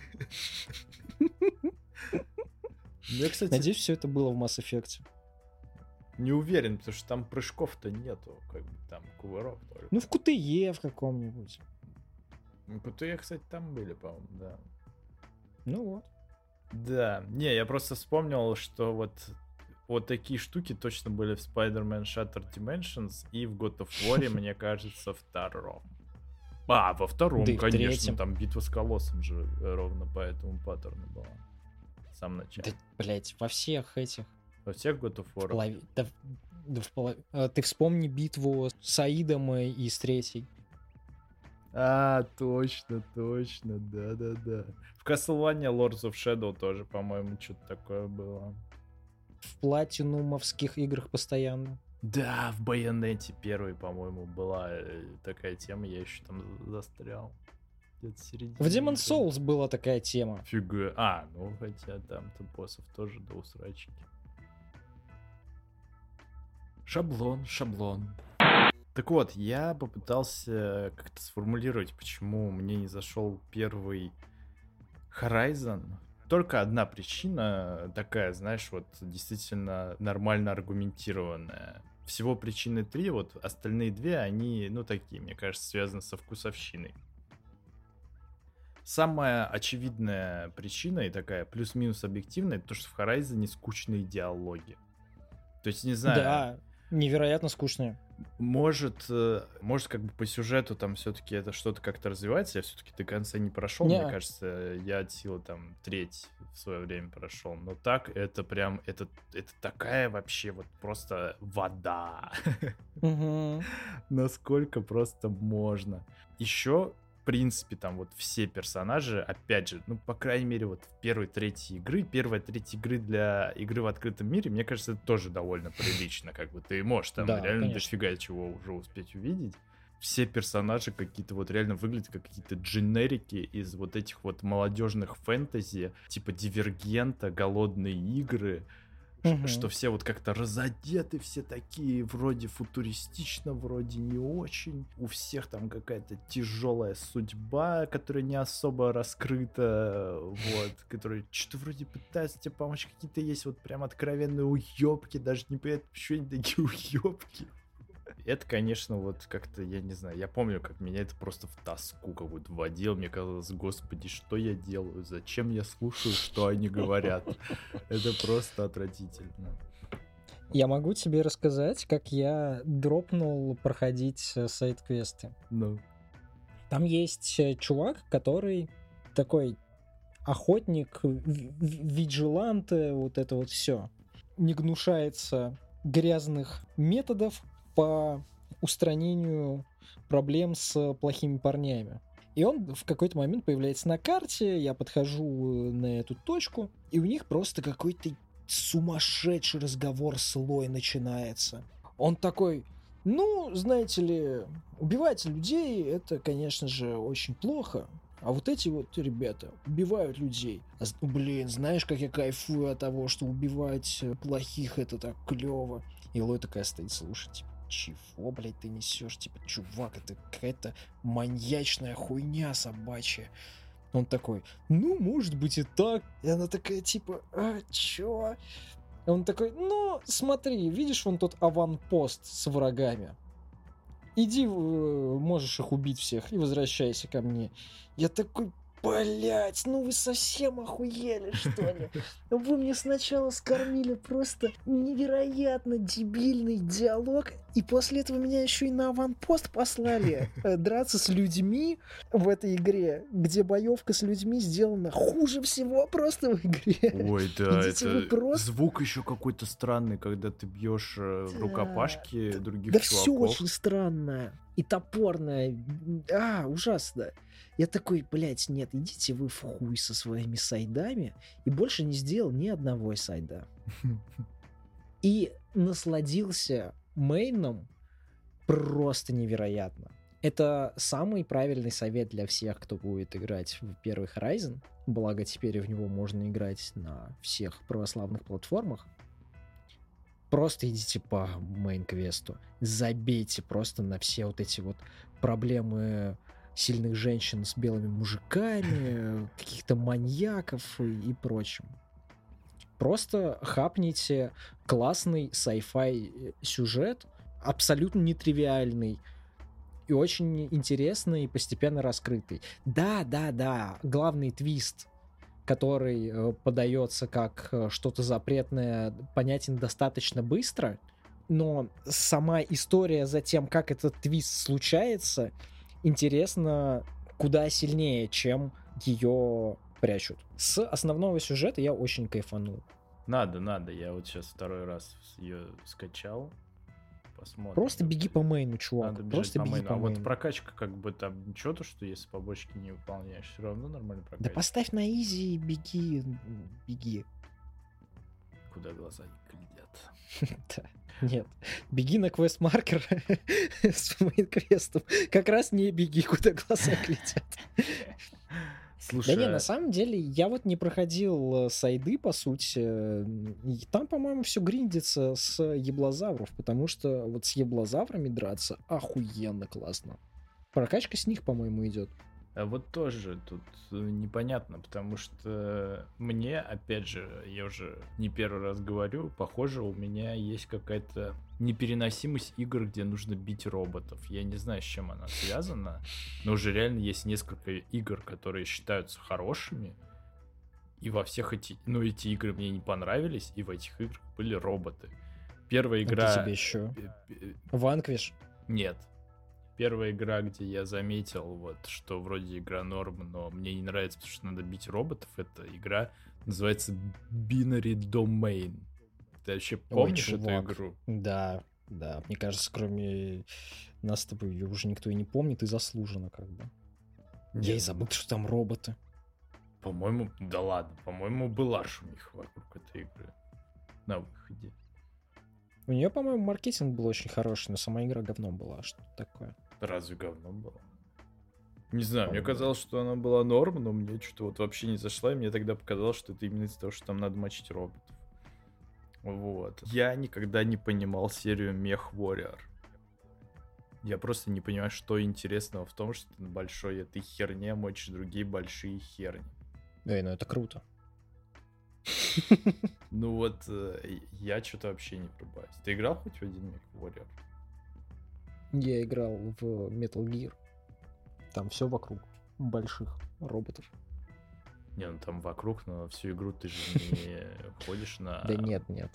Я, кстати, Надеюсь, все это было в Mass Effect. не уверен, потому что там прыжков-то нету, как бы там кувырок только. Ну, в кью ти и в каком-нибудь. Ну, кью ти и, кстати, там были, по-моему, да. Ну вот. Да, не, я просто вспомнил, что вот вот такие штуки точно были в Spider-Man Shattered Dimensions и в God of War, мне кажется, втором. А, во втором, Да и в конечно, третьем. там битва с колоссом же ровно по этому паттерну была. В самом начале. Да, блять, во всех этих. Во всех God of War. полови- да в- да в полов- а, Ты вспомни битву с Аидом и, и с третьей. А, точно, точно, да-да-да. В Castlevania Lords of Shadow тоже, по-моему, что-то такое было. В платинумовских играх постоянно. Да, в Байонете первой, по-моему, была э, такая тема, я еще там застрял. Где-то в середине. В Demon's игры. Souls была такая тема. Фига. А, ну хотя там-то боссов тоже до усрачки. Шаблон, шаблон. Так вот, я попытался как-то сформулировать, почему мне не зашел первый Horizon. Только одна причина такая, знаешь, вот действительно нормально аргументированная. Всего причины три, вот остальные две, они, ну, такие, мне кажется, связаны со вкусовщиной. Самая очевидная причина и такая плюс-минус объективная, это то, что в Horizon скучные диалоги. То есть, не знаю... Да, невероятно скучные. Может, э, может, как бы по сюжету там все-таки это что-то как-то развивается. Я все-таки до конца не прошел. Не. Мне кажется, я от силы там треть в свое время прошел. Но так это прям, это, это такая вообще вот просто вода. Мгм. Насколько просто можно. Еще, в принципе, там вот все персонажи, опять же, ну, по крайней мере, вот в первой трети игры, первая треть игры для игры в открытом мире, мне кажется, это тоже довольно прилично, как бы ты можешь там Да, реально конечно. дофига чего уже успеть увидеть. Все персонажи какие-то вот реально выглядят как какие-то дженерики из вот этих вот молодежных фэнтези, типа Дивергента, Голодные игры, ш- Мгм. что все вот как-то разодеты, все такие вроде футуристично, вроде не очень. У всех там какая-то тяжелая судьба, которая не особо раскрыта, вот, которые что-то вроде пытаются тебе помочь. Какие-то есть вот прям откровенные уёбки, даже не понятно, почему они такие уёбки. Это, конечно, вот как-то, я не знаю, я помню, как меня это просто в тоску какую-то вводило. Мне казалось, господи, что я делаю? Зачем я слушаю, что они говорят? Это просто отвратительно. Я могу тебе рассказать, как я дропнул проходить э, сайд-квесты. Ну, Там есть э, чувак, который такой охотник, в- в- виджилант, э, вот это вот все. Не гнушается грязных методов по устранению проблем с плохими парнями. И он в какой-то момент появляется на карте, я подхожу э, на эту точку, и у них просто какой-то сумасшедший разговор с Лой начинается. Он такой: ну, знаете ли, убивать людей — это, конечно же, очень плохо. А вот эти вот ребята убивают людей. А, з- блин, знаешь, как я кайфую от того, что убивать э, плохих — это так клево. И Лой такая стоит, слушай, типа, чего, блядь, ты несешь? Типа, чувак, это какая-то маньячная хуйня собачья. Он такой: ну, может быть и так. И она такая, типа, а, чё? И он такой: ну, смотри, видишь вон тот аванпост с врагами? Иди, э, можешь их убить всех и возвращайся ко мне. Я такой: Блять, ну вы совсем охуели, что ли? Вы мне сначала скормили просто невероятно дебильный диалог, и после этого меня еще и на аванпост послали э, драться с людьми в этой игре, где боевка с людьми сделана хуже всего просто в игре. Ой, да, Идите это вы просто... звук еще какой-то странный, когда ты бьешь в Да, рукопашки да, других да все чуваков. очень странное и топорное. А, ужасно. Я такой, блядь, нет, идите вы в хуй со своими сайдами. И больше не сделал ни одного сайда. И насладился мейном просто невероятно. Это самый правильный совет для всех, кто будет играть в первый Horizon. Благо, теперь в него можно играть на всех православных платформах. Просто идите по мейн-квесту. Забейте просто на все вот эти вот проблемы сильных женщин с белыми мужиками, каких-то маньяков и, и прочим. Просто хапните классный sci-fi сюжет, абсолютно нетривиальный и очень интересный и постепенно раскрытый. Да, да, да, главный твист, который э, подается как э, что-то запретное, понятен достаточно быстро, но сама история за тем, как этот твист случается, интересно куда сильнее, чем ее прячут. С основного сюжета я очень кайфанул. Надо, надо. Я вот сейчас второй раз ее скачал. Посмотрим. Просто беги по мейну, чувак. Надо бежать Просто по беги мейну. по А мейну. вот прокачка, как бы там ничего, то, что если побочки не выполняешь, все равно нормально Да прокачка. поставь на изи и беги, беги. Куда глаза не глядят. Да. Нет, беги на квест-маркер с мейн-квестом. Как раз не беги, куда глаза глядят. Слушай, Да не, на самом деле, я вот не проходил сайды, по сути. И там, по-моему, все гриндится с еблозавров, потому что вот с еблозаврами драться охуенно классно. Прокачка с них, по-моему, идет. а вот тоже тут э, непонятно, потому что мне, опять же, я уже не первый раз говорю, похоже, у меня есть какая-то непереносимость игр, где нужно бить роботов. Я не знаю, с чем она связана, но уже реально есть несколько игр, которые считаются хорошими, и во всех эти, ну, эти игры мне не понравились, и в этих играх были роботы. Первая игра... Это тебе еще? Vanquish? Нет. Первая игра, где я заметил, вот, что вроде игра норм, но мне не нравится, потому что надо бить роботов, это игра называется Binary Domain. Ты вообще помнишь Ой, эту чувак. игру? Да, да. Мне кажется, кроме нас с тобой ее уже никто и не помнит, и заслуженно как бы. Нет, Я и забыл, что там роботы. По-моему, да ладно, по-моему, была шумиха вокруг этой игры на выходе. У нее, по-моему, маркетинг был очень хороший, но сама игра говном была. Что такое? Разве говно было? Не знаю, мне По-моему. казалось, что она была норм, но мне что-то вот вообще не зашла, и мне тогда показалось, что это именно из-за того, что там надо мочить роботов. Вот. Я никогда не понимал серию Mech Warrior. Я просто не понимаю, что интересного в том, что ты на большой этой херне мочишь другие большие херни. Эй, ну это круто. Ну вот, э, я что-то вообще не врубаюсь. Ты играл хоть в один Mech Warrior? Я играл в Metal Gear. Там все вокруг больших роботов. Не, ну там вокруг, но всю игру ты же не ходишь на... Да нет, нет.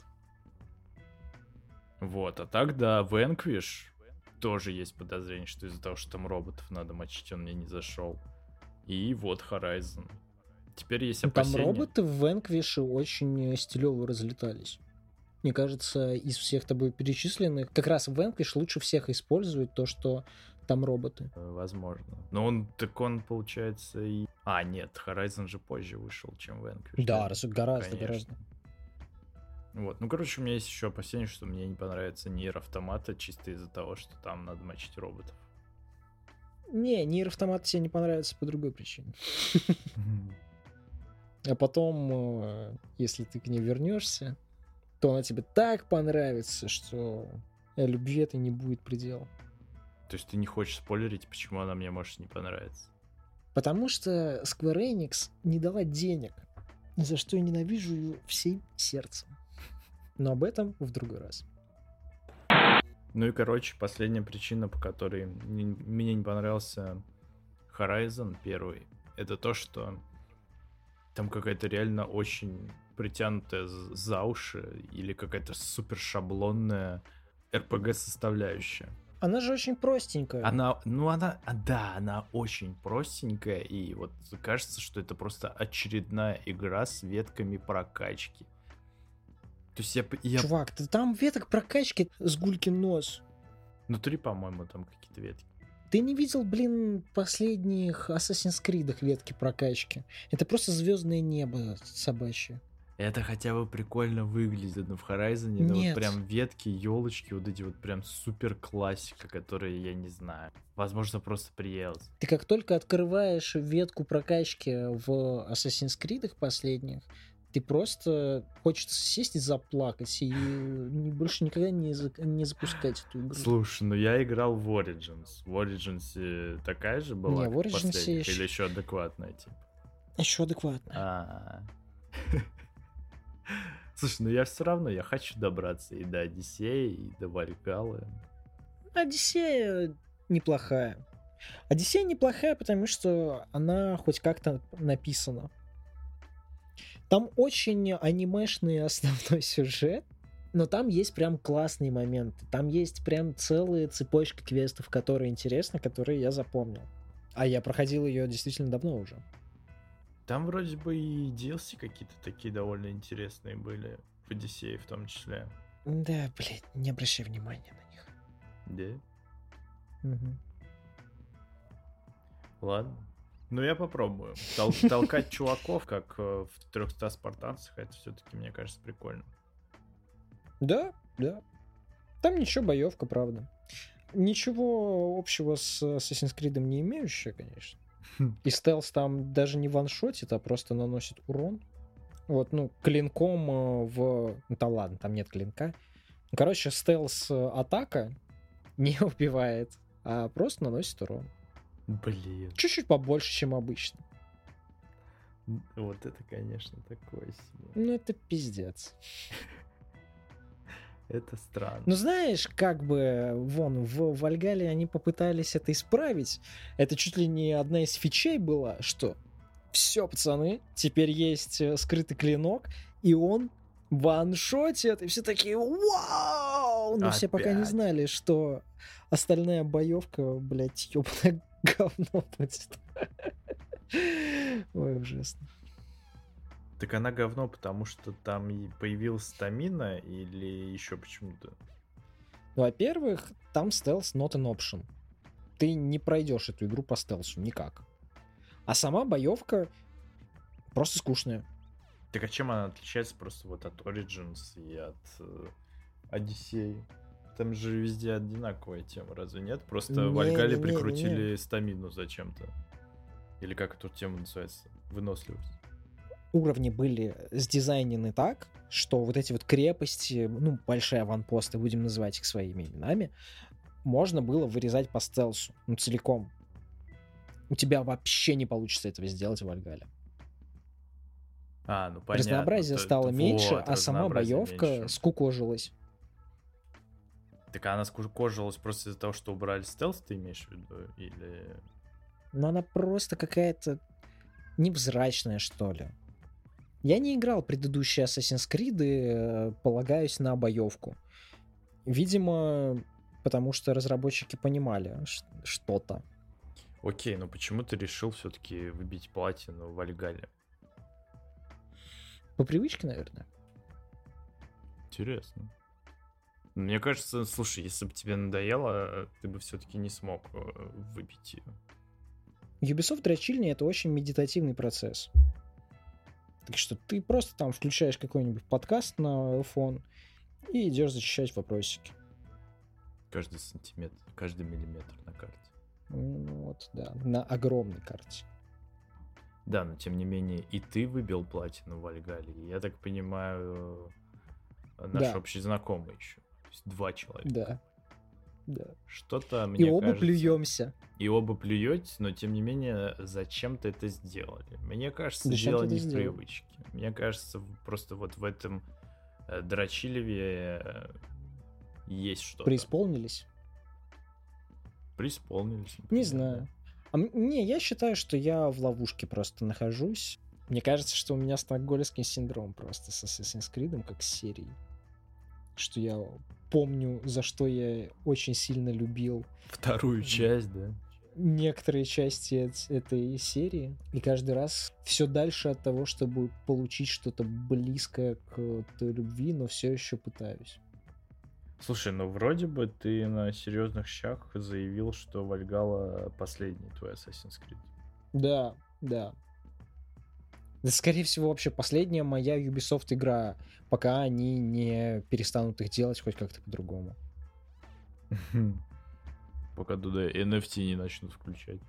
Вот, а так, да, Vanquish тоже есть подозрение, что из-за того, что там роботов надо мочить, он мне не зашел. И вот Horizon. Теперь есть Там опасения. роботы в Vanquish очень стилево разлетались. Мне кажется, из всех тобой перечисленных, как раз Vanquish лучше всех использует то, что там роботы. Э, Возможно. Но он, так он, получается, и... А, нет, Horizon же позже вышел, чем Vanquish. Да, раз- гораздо, Конечно. гораздо. Вот, ну, короче, у меня есть еще опасение, что мне не понравится Нир Автомата чисто из-за того, что там надо мочить роботов. Не, Нир Автомат тебе не понравится по другой причине. А потом, э, если ты к ней вернешься, то она тебе так понравится, что любви этой не будет предела. То есть ты не хочешь спойлерить, почему она мне может не понравиться? Потому что Square Enix не дала денег, за что я ненавижу ее всем сердцем. Но об этом в другой раз. Ну и, короче, последняя причина, по которой мне мне не понравился Horizon первый, это то, что там какая-то реально очень притянутая за уши или какая-то супер шаблонная эр пи джи-составляющая. Она же очень простенькая. Она, ну она, да, она очень простенькая, и вот кажется, что это просто очередная игра с ветками прокачки. То есть я... я... Чувак, ты там веток прокачки с гулькин нос. Внутри, по-моему, там какие-то ветки. Ты не видел, блин, последних Assassin's Creed ветки прокачки? Это просто звездное небо собачье. Это хотя бы прикольно выглядит, но в Horizon это вот прям ветки, елочки, вот эти вот прям супер классика, которые я не знаю. Возможно, просто приелось. Ты как только открываешь ветку прокачки в Assassin's Creed последних, ты просто хочется сесть и заплакать, и больше никогда не, за... не запускать эту игру. Слушай, ну я играл в Origins. В Origins такая же была, не, в Origins еще... или еще адекватная, типа? Еще адекватная. А-а-а. Слушай, ну я все равно, я хочу добраться и до Одиссеи, и до Вальгаллы. Одиссея неплохая. Одиссея неплохая, потому что она хоть как-то написана. Там очень анимешный основной сюжет, но там есть прям классные моменты. Там есть прям целая цепочка квестов, которые интересны, которые я запомнил. А я проходил ее действительно давно уже. Там вроде бы и ди эл си какие-то такие довольно интересные были, в Одиссее в том числе. Да, блядь, не обращай внимания на них. Да? Угу. Ладно. Ну, я попробую. Тол- толкать чуваков, как в трехстах спартанцах, это все-таки, мне кажется, прикольно. Да, да. Там ничего, боевка, правда. Ничего общего с Assassin's Creed не имеющая, конечно. И стелс там даже не ваншотит, а просто наносит урон. Вот, ну, клинком в... Ну, там ладно, там нет клинка. Короче, стелс-атака не убивает, а просто наносит урон. Блин. Чуть-чуть побольше, чем обычно. Вот это, конечно, такое себе. Ну, это пиздец. Это странно. Ну, знаешь, как бы, вон, в Вальгалле они попытались это исправить. Это чуть ли не одна из фичей была, что все, пацаны, теперь есть скрытый клинок, и он ваншотит, и все такие «Вау!» Но Опять. Все пока не знали, что остальная боевка, блядь, ёбаное говно будет. Ой, ужасно. Так она говно, потому что там и появилась стамина или еще почему-то? Во-первых, там стелс not an option. Ты не пройдешь эту игру по стелсу никак. А сама боевка просто скучная. Так а чем она отличается просто вот от Origins и от э, Одиссеи? Там же везде одинаковая тема, разве нет? Просто не, в Вальгалле не, прикрутили не, не. стамину зачем-то. Или как эту тему называется? Выносливость. Уровни были сдизайнены так, что вот эти вот крепости, ну, большие аванпосты, будем называть их своими именами, можно было вырезать по стелсу, ну, целиком. У тебя вообще не получится этого сделать в Вальгалле. А, ну понятно. Разнообразие то, стало то, меньше, вот, а сама боевка меньше. Скукожилась. Так она скукожилась просто из-за того, что убрали стелс, ты имеешь в виду? Или... Ну, она просто какая-то невзрачная, что ли. Я не играл предыдущие Assassin's Creed, полагаюсь на боевку. Видимо, потому что разработчики понимали что-то. Окей, но почему ты решил все-таки выбить платину в Вальгалле? По привычке, наверное. Интересно. Мне кажется, слушай, если бы тебе надоело, ты бы все-таки не смог выбить ее. Ubisoft дрочильня — это очень медитативный процесс. Так что ты просто там включаешь какой-нибудь подкаст на фон и идешь зачищать вопросики. Каждый сантиметр, каждый миллиметр на карте. Ну вот, да, на огромной карте. Да, но тем не менее и ты выбил платину в Вальгалле. Я так понимаю, наш да. общий знакомый еще. То есть два человека. Да. Да. Что-то мне И оба кажется, плюемся. И оба плюете, но тем не менее, зачем-то это сделали. Мне кажется, зачем дело не в сделали? привычке. Мне кажется, просто вот в этом э, дрочилеве э, есть что-то. Преисполнились? Преисполнились. Не знаю. А м- не, я считаю, что я в ловушке просто нахожусь. Мне кажется, что у меня стокгольмский синдром просто с Assassin's Creed, как с серией. Что я помню, за что я очень сильно любил Вторую часть, да? некоторые части эт- этой серии. И каждый раз все дальше от того, чтобы получить что-то близкое к той любви, но все еще пытаюсь. Слушай, ну вроде бы ты на серьезных щах заявил, что Вальгалла последний твой Assassin's Creed. Да, да. Да, скорее всего, вообще последняя моя Ubisoft игра, пока они не перестанут их делать хоть как-то по-другому. Пока туда эн эф ти не начнут включать.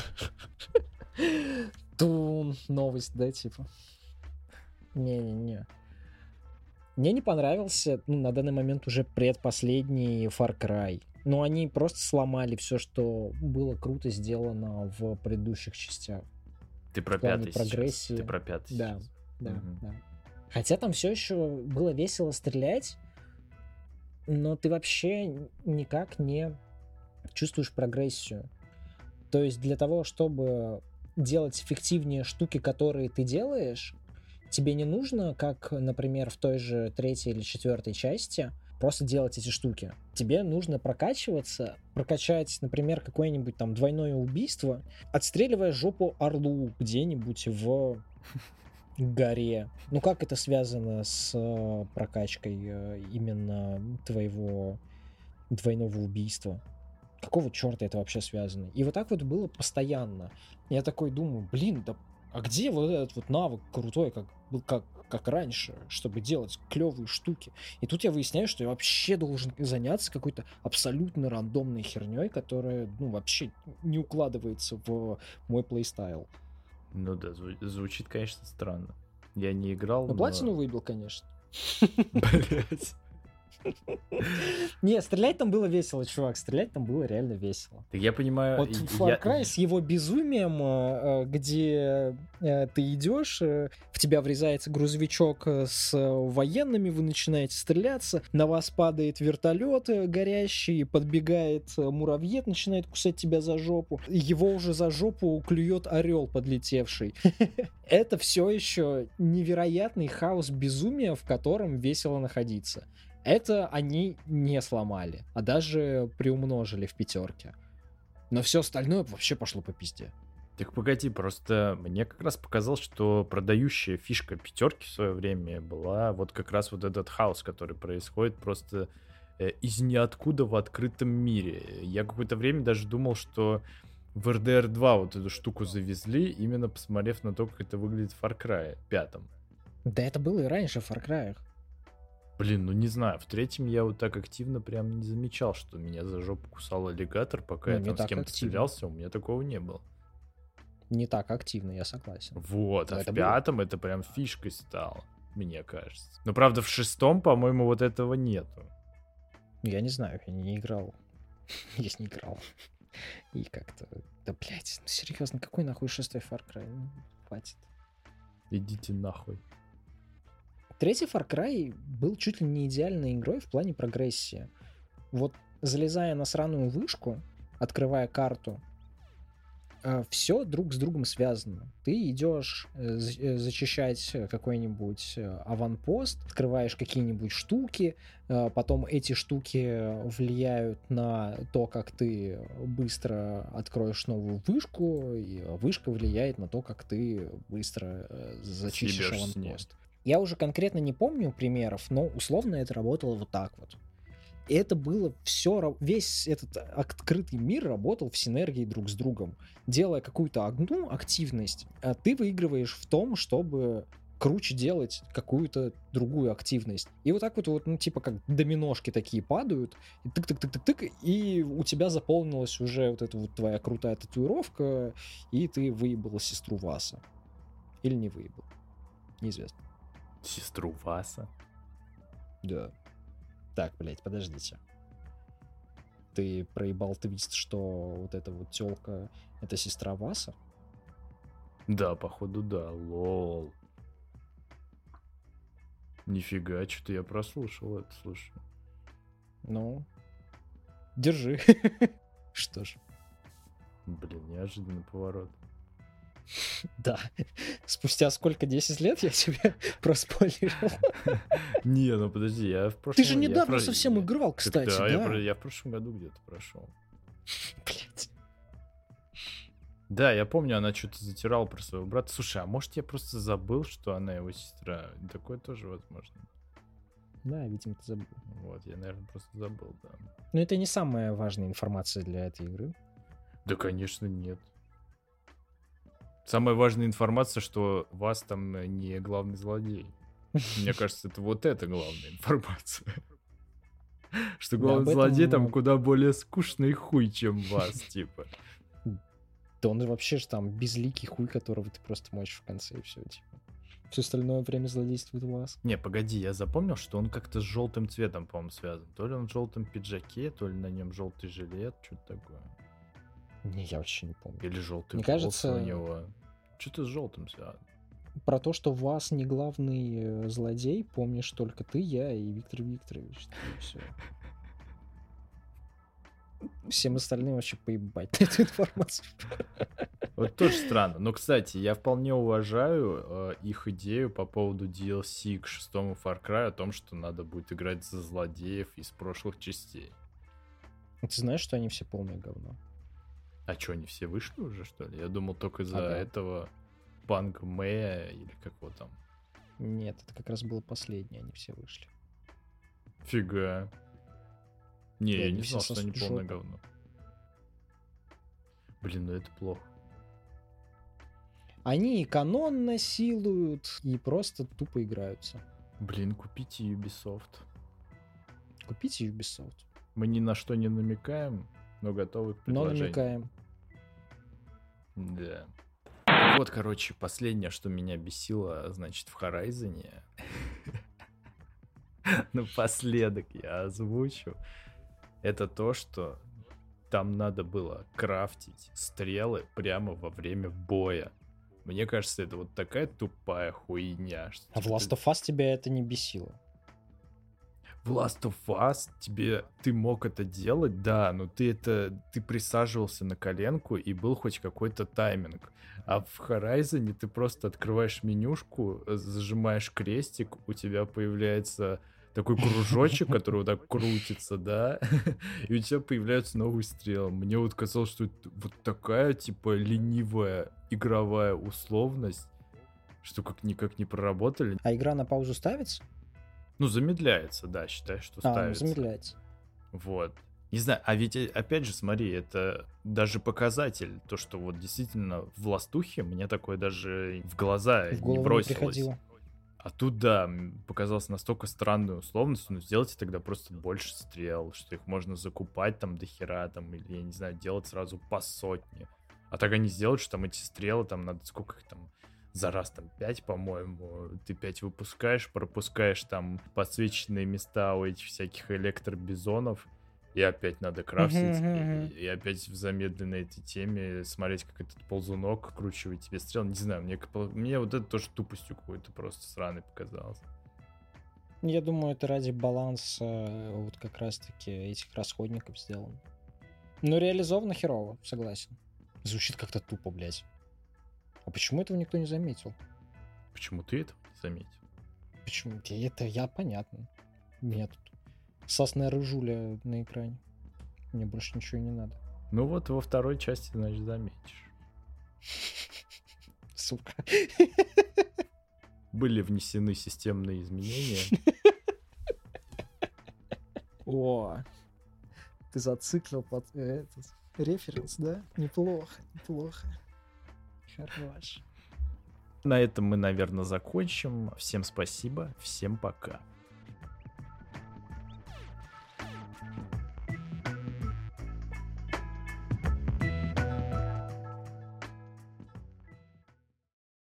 Ту новость, да, типа. Не-не-не. Мне не понравился, ну, на данный момент уже предпоследний Far Cry. Но они просто сломали все, что было круто сделано в предыдущих частях. Ты про В плане пятый сейчас. прогрессии. Ты про пятый Да, сейчас. да, Мгм. да. Хотя там все еще было весело стрелять, но ты вообще никак не чувствуешь прогрессию. То есть для того, чтобы делать эффективнее штуки, которые ты делаешь, тебе не нужно, как, например, в той же третьей или четвертой части, просто делать эти штуки. Тебе нужно прокачиваться, прокачать, например, какое-нибудь там двойное убийство, отстреливая жопу орлу где-нибудь в горе. Ну как это связано с э, прокачкой э, именно твоего двойного убийства? Какого черта это вообще связано? И вот так вот было постоянно. Я такой думаю, блин, да а где вот этот вот навык крутой, как был как, как раньше, чтобы делать клевые штуки? И тут я выясняю, что я вообще должен заняться какой-то абсолютно рандомной херней, которая, ну, вообще не укладывается в мой плейстайл. Ну да, зву- звучит, конечно, странно. Я не играл, Ну, но... платину выбил, конечно. Блять. Не, стрелять там было весело, чувак. Стрелять там было реально весело. Так я понимаю... Вот и- Far я- Cry с его безумием, э, э, где э, ты идешь, э, в тебя врезается грузовичок э, с э, военными, вы начинаете стреляться, на вас падает вертолет э, горящий, подбегает э, муравьед, начинает кусать тебя за жопу, его уже за жопу клюет орел подлетевший. Это все еще невероятный хаос безумия, в котором весело находиться. Это они не сломали, а даже приумножили в пятерке. Но все остальное вообще пошло по пизде. Так погоди, просто мне как раз показалось, что продающая фишка пятерки в свое время была вот как раз вот этот хаос, который происходит просто э, из ниоткуда в открытом мире. Я какое-то время даже думал, что в эр дэ эр два вот эту штуку завезли, именно посмотрев на то, как это выглядит в Far Cry пятом. Да это было и раньше в Far Cry. Блин, ну не знаю, в третьем я вот так активно прям не замечал, что меня за жопу кусал аллигатор, пока Ну, я не там с так кем-то активно. стрелялся, у меня такого не было. Не так активно, я согласен. Вот, Но а это в было. пятом это прям фишкой стало, мне кажется. Но правда в шестом, по-моему, вот этого нету. Я не знаю, я не играл. Я не играл. И как-то... Да, блядь, ну серьезно, какой нахуй шестой Far Cry? Ну, хватит. Идите нахуй. Третий Far Cry был чуть ли не идеальной игрой в плане прогрессии. Вот залезая на сраную вышку, открывая карту, все друг с другом связано. Ты идешь э, за- э, зачищать какой-нибудь э, аванпост, открываешь какие-нибудь штуки, э, потом эти штуки влияют на то, как ты быстро откроешь новую вышку, и вышка влияет на то, как ты быстро э, зачистишь Съебёшь с ней. аванпост. Я уже конкретно не помню примеров, но условно это работало вот так вот. И это было все, весь этот открытый мир работал в синергии друг с другом. Делая какую-то одну активность, а ты выигрываешь в том, чтобы круче делать какую-то другую активность. И вот так вот, вот ну, типа как доминошки такие падают, и тык-тык-тык-тык-тык, и у тебя заполнилась уже вот эта вот твоя крутая татуировка, и ты выебал сестру Васа. Или не выебал. Неизвестно. Сестру Васа. Да. Так, блядь, подождите. Ты проебал твист, что вот эта вот тёлка — это сестра Васа? Да, походу, да. Лол. Нифига, что-то я прослушал это, слушай. Ну, держи. Что ж. Блин, неожиданный поворот. Да. Спустя сколько, десять лет я тебе проспойлерил? Не, ну подожди, я в прошлом... Ты же недавно совсем играл, кстати, да? Я в прошлом году где-то прошел. Блять. Да, я помню, она что-то затирала про своего брата. Слушай, а может я просто забыл, что она его сестра? Такое тоже возможно. Да, видимо, ты забыл. Вот, я, наверное, просто забыл, да. Но это не самая важная информация для этой игры. Да, конечно, нет. Самая важная информация, что вас там не главный злодей. Мне кажется, это вот это главная информация. Что главный злодей там куда более скучный хуй, чем вас, типа. Да он вообще же там безликий хуй, которого ты просто мочишь в конце, и все, типа. Все остальное время злодействует у вас. Не, погоди, я запомнил, что он как-то с желтым цветом, по-моему, связан. То ли он в желтом пиджаке, то ли на нем желтый жилет, что-то такое. Не, я вообще не помню. Или желтый Мне волосы кажется, у него. Что-то с желтым связано. Про то, что вас не главный злодей, помнишь только ты, я и Виктор Викторович. И все. Всем остальным вообще поебать на эту информацию. Вот тоже странно. Но, кстати, я вполне уважаю э, их идею по поводу ди эл си к шестому Far Cry о том, что надо будет играть за злодеев из прошлых частей. Ты знаешь, что они все полное говно? А что, они все вышли уже, что ли? Я думал, только из-за Ага. этого Панк Мэя или как его там. Нет, это как раз было последнее, они все вышли. Фига. Не, Да, я они не все знал, что они сосут полное жопу. говно. Блин, ну это плохо. Они и канон насилуют, и просто тупо играются. Блин, купите Ubisoft. Купите Ubisoft. Мы ни на что не намекаем, но готовы к Но предложению. намекаем. Да. Вот, короче, последнее, что меня бесило, значит, в Horizon. Напоследок я озвучу. Это то, что там надо было крафтить стрелы прямо во время боя. Мне кажется, это вот такая тупая хуйня. Что А в Last of Us тебя это не бесило? В Last of Us тебе ты мог это делать, да, но ты это ты присаживался на коленку и был хоть какой-то тайминг. А в Horizon ты просто открываешь менюшку, зажимаешь крестик, у тебя появляется такой кружочек, который вот так крутится, да, и у тебя появляются новые стрелы. Мне вот казалось, что это вот такая, типа, ленивая игровая условность, что как никак не проработали. А игра на паузу ставится? Ну, замедляется, да, считай, что А, ставится. замедляется. Вот. Не знаю, а ведь, опять же, смотри, это даже показатель, то, что вот действительно в ластухе мне такое даже в глаза В не голову не бросилось. приходило. А тут, да, м, показалось настолько странной условностью, ну, сделайте тогда просто больше стрел, что их можно закупать там до хера, там, или, я не знаю, делать сразу по сотне. А так они сделают, что там эти стрелы, там, надо сколько их там, за раз там пять, по-моему, ты пять выпускаешь, пропускаешь там подсвеченные места у этих всяких электробизонов, и опять надо крафтить, Мгм, мгм. и, и опять в замедленной этой теме смотреть, как этот ползунок кручивает тебе стрел. Не знаю, мне, кап- мне вот это тоже тупостью какой-то просто сраной показалось. Я думаю, это ради баланса э, вот как раз-таки этих расходников сделано. Но реализовано херово, согласен. Звучит как-то тупо, блядь. А почему этого никто не заметил? Почему ты этого не заметил? Почему? Да это я, понятно. У меня тут сосная рыжуля на экране. Мне больше ничего и не надо. Ну вот во второй части, значит, заметишь. Сука. Были внесены системные изменения. О, ты зациклил под э, этот референс, да? Неплохо, неплохо. Хорош. На этом мы, наверное, закончим. Всем спасибо, всем пока.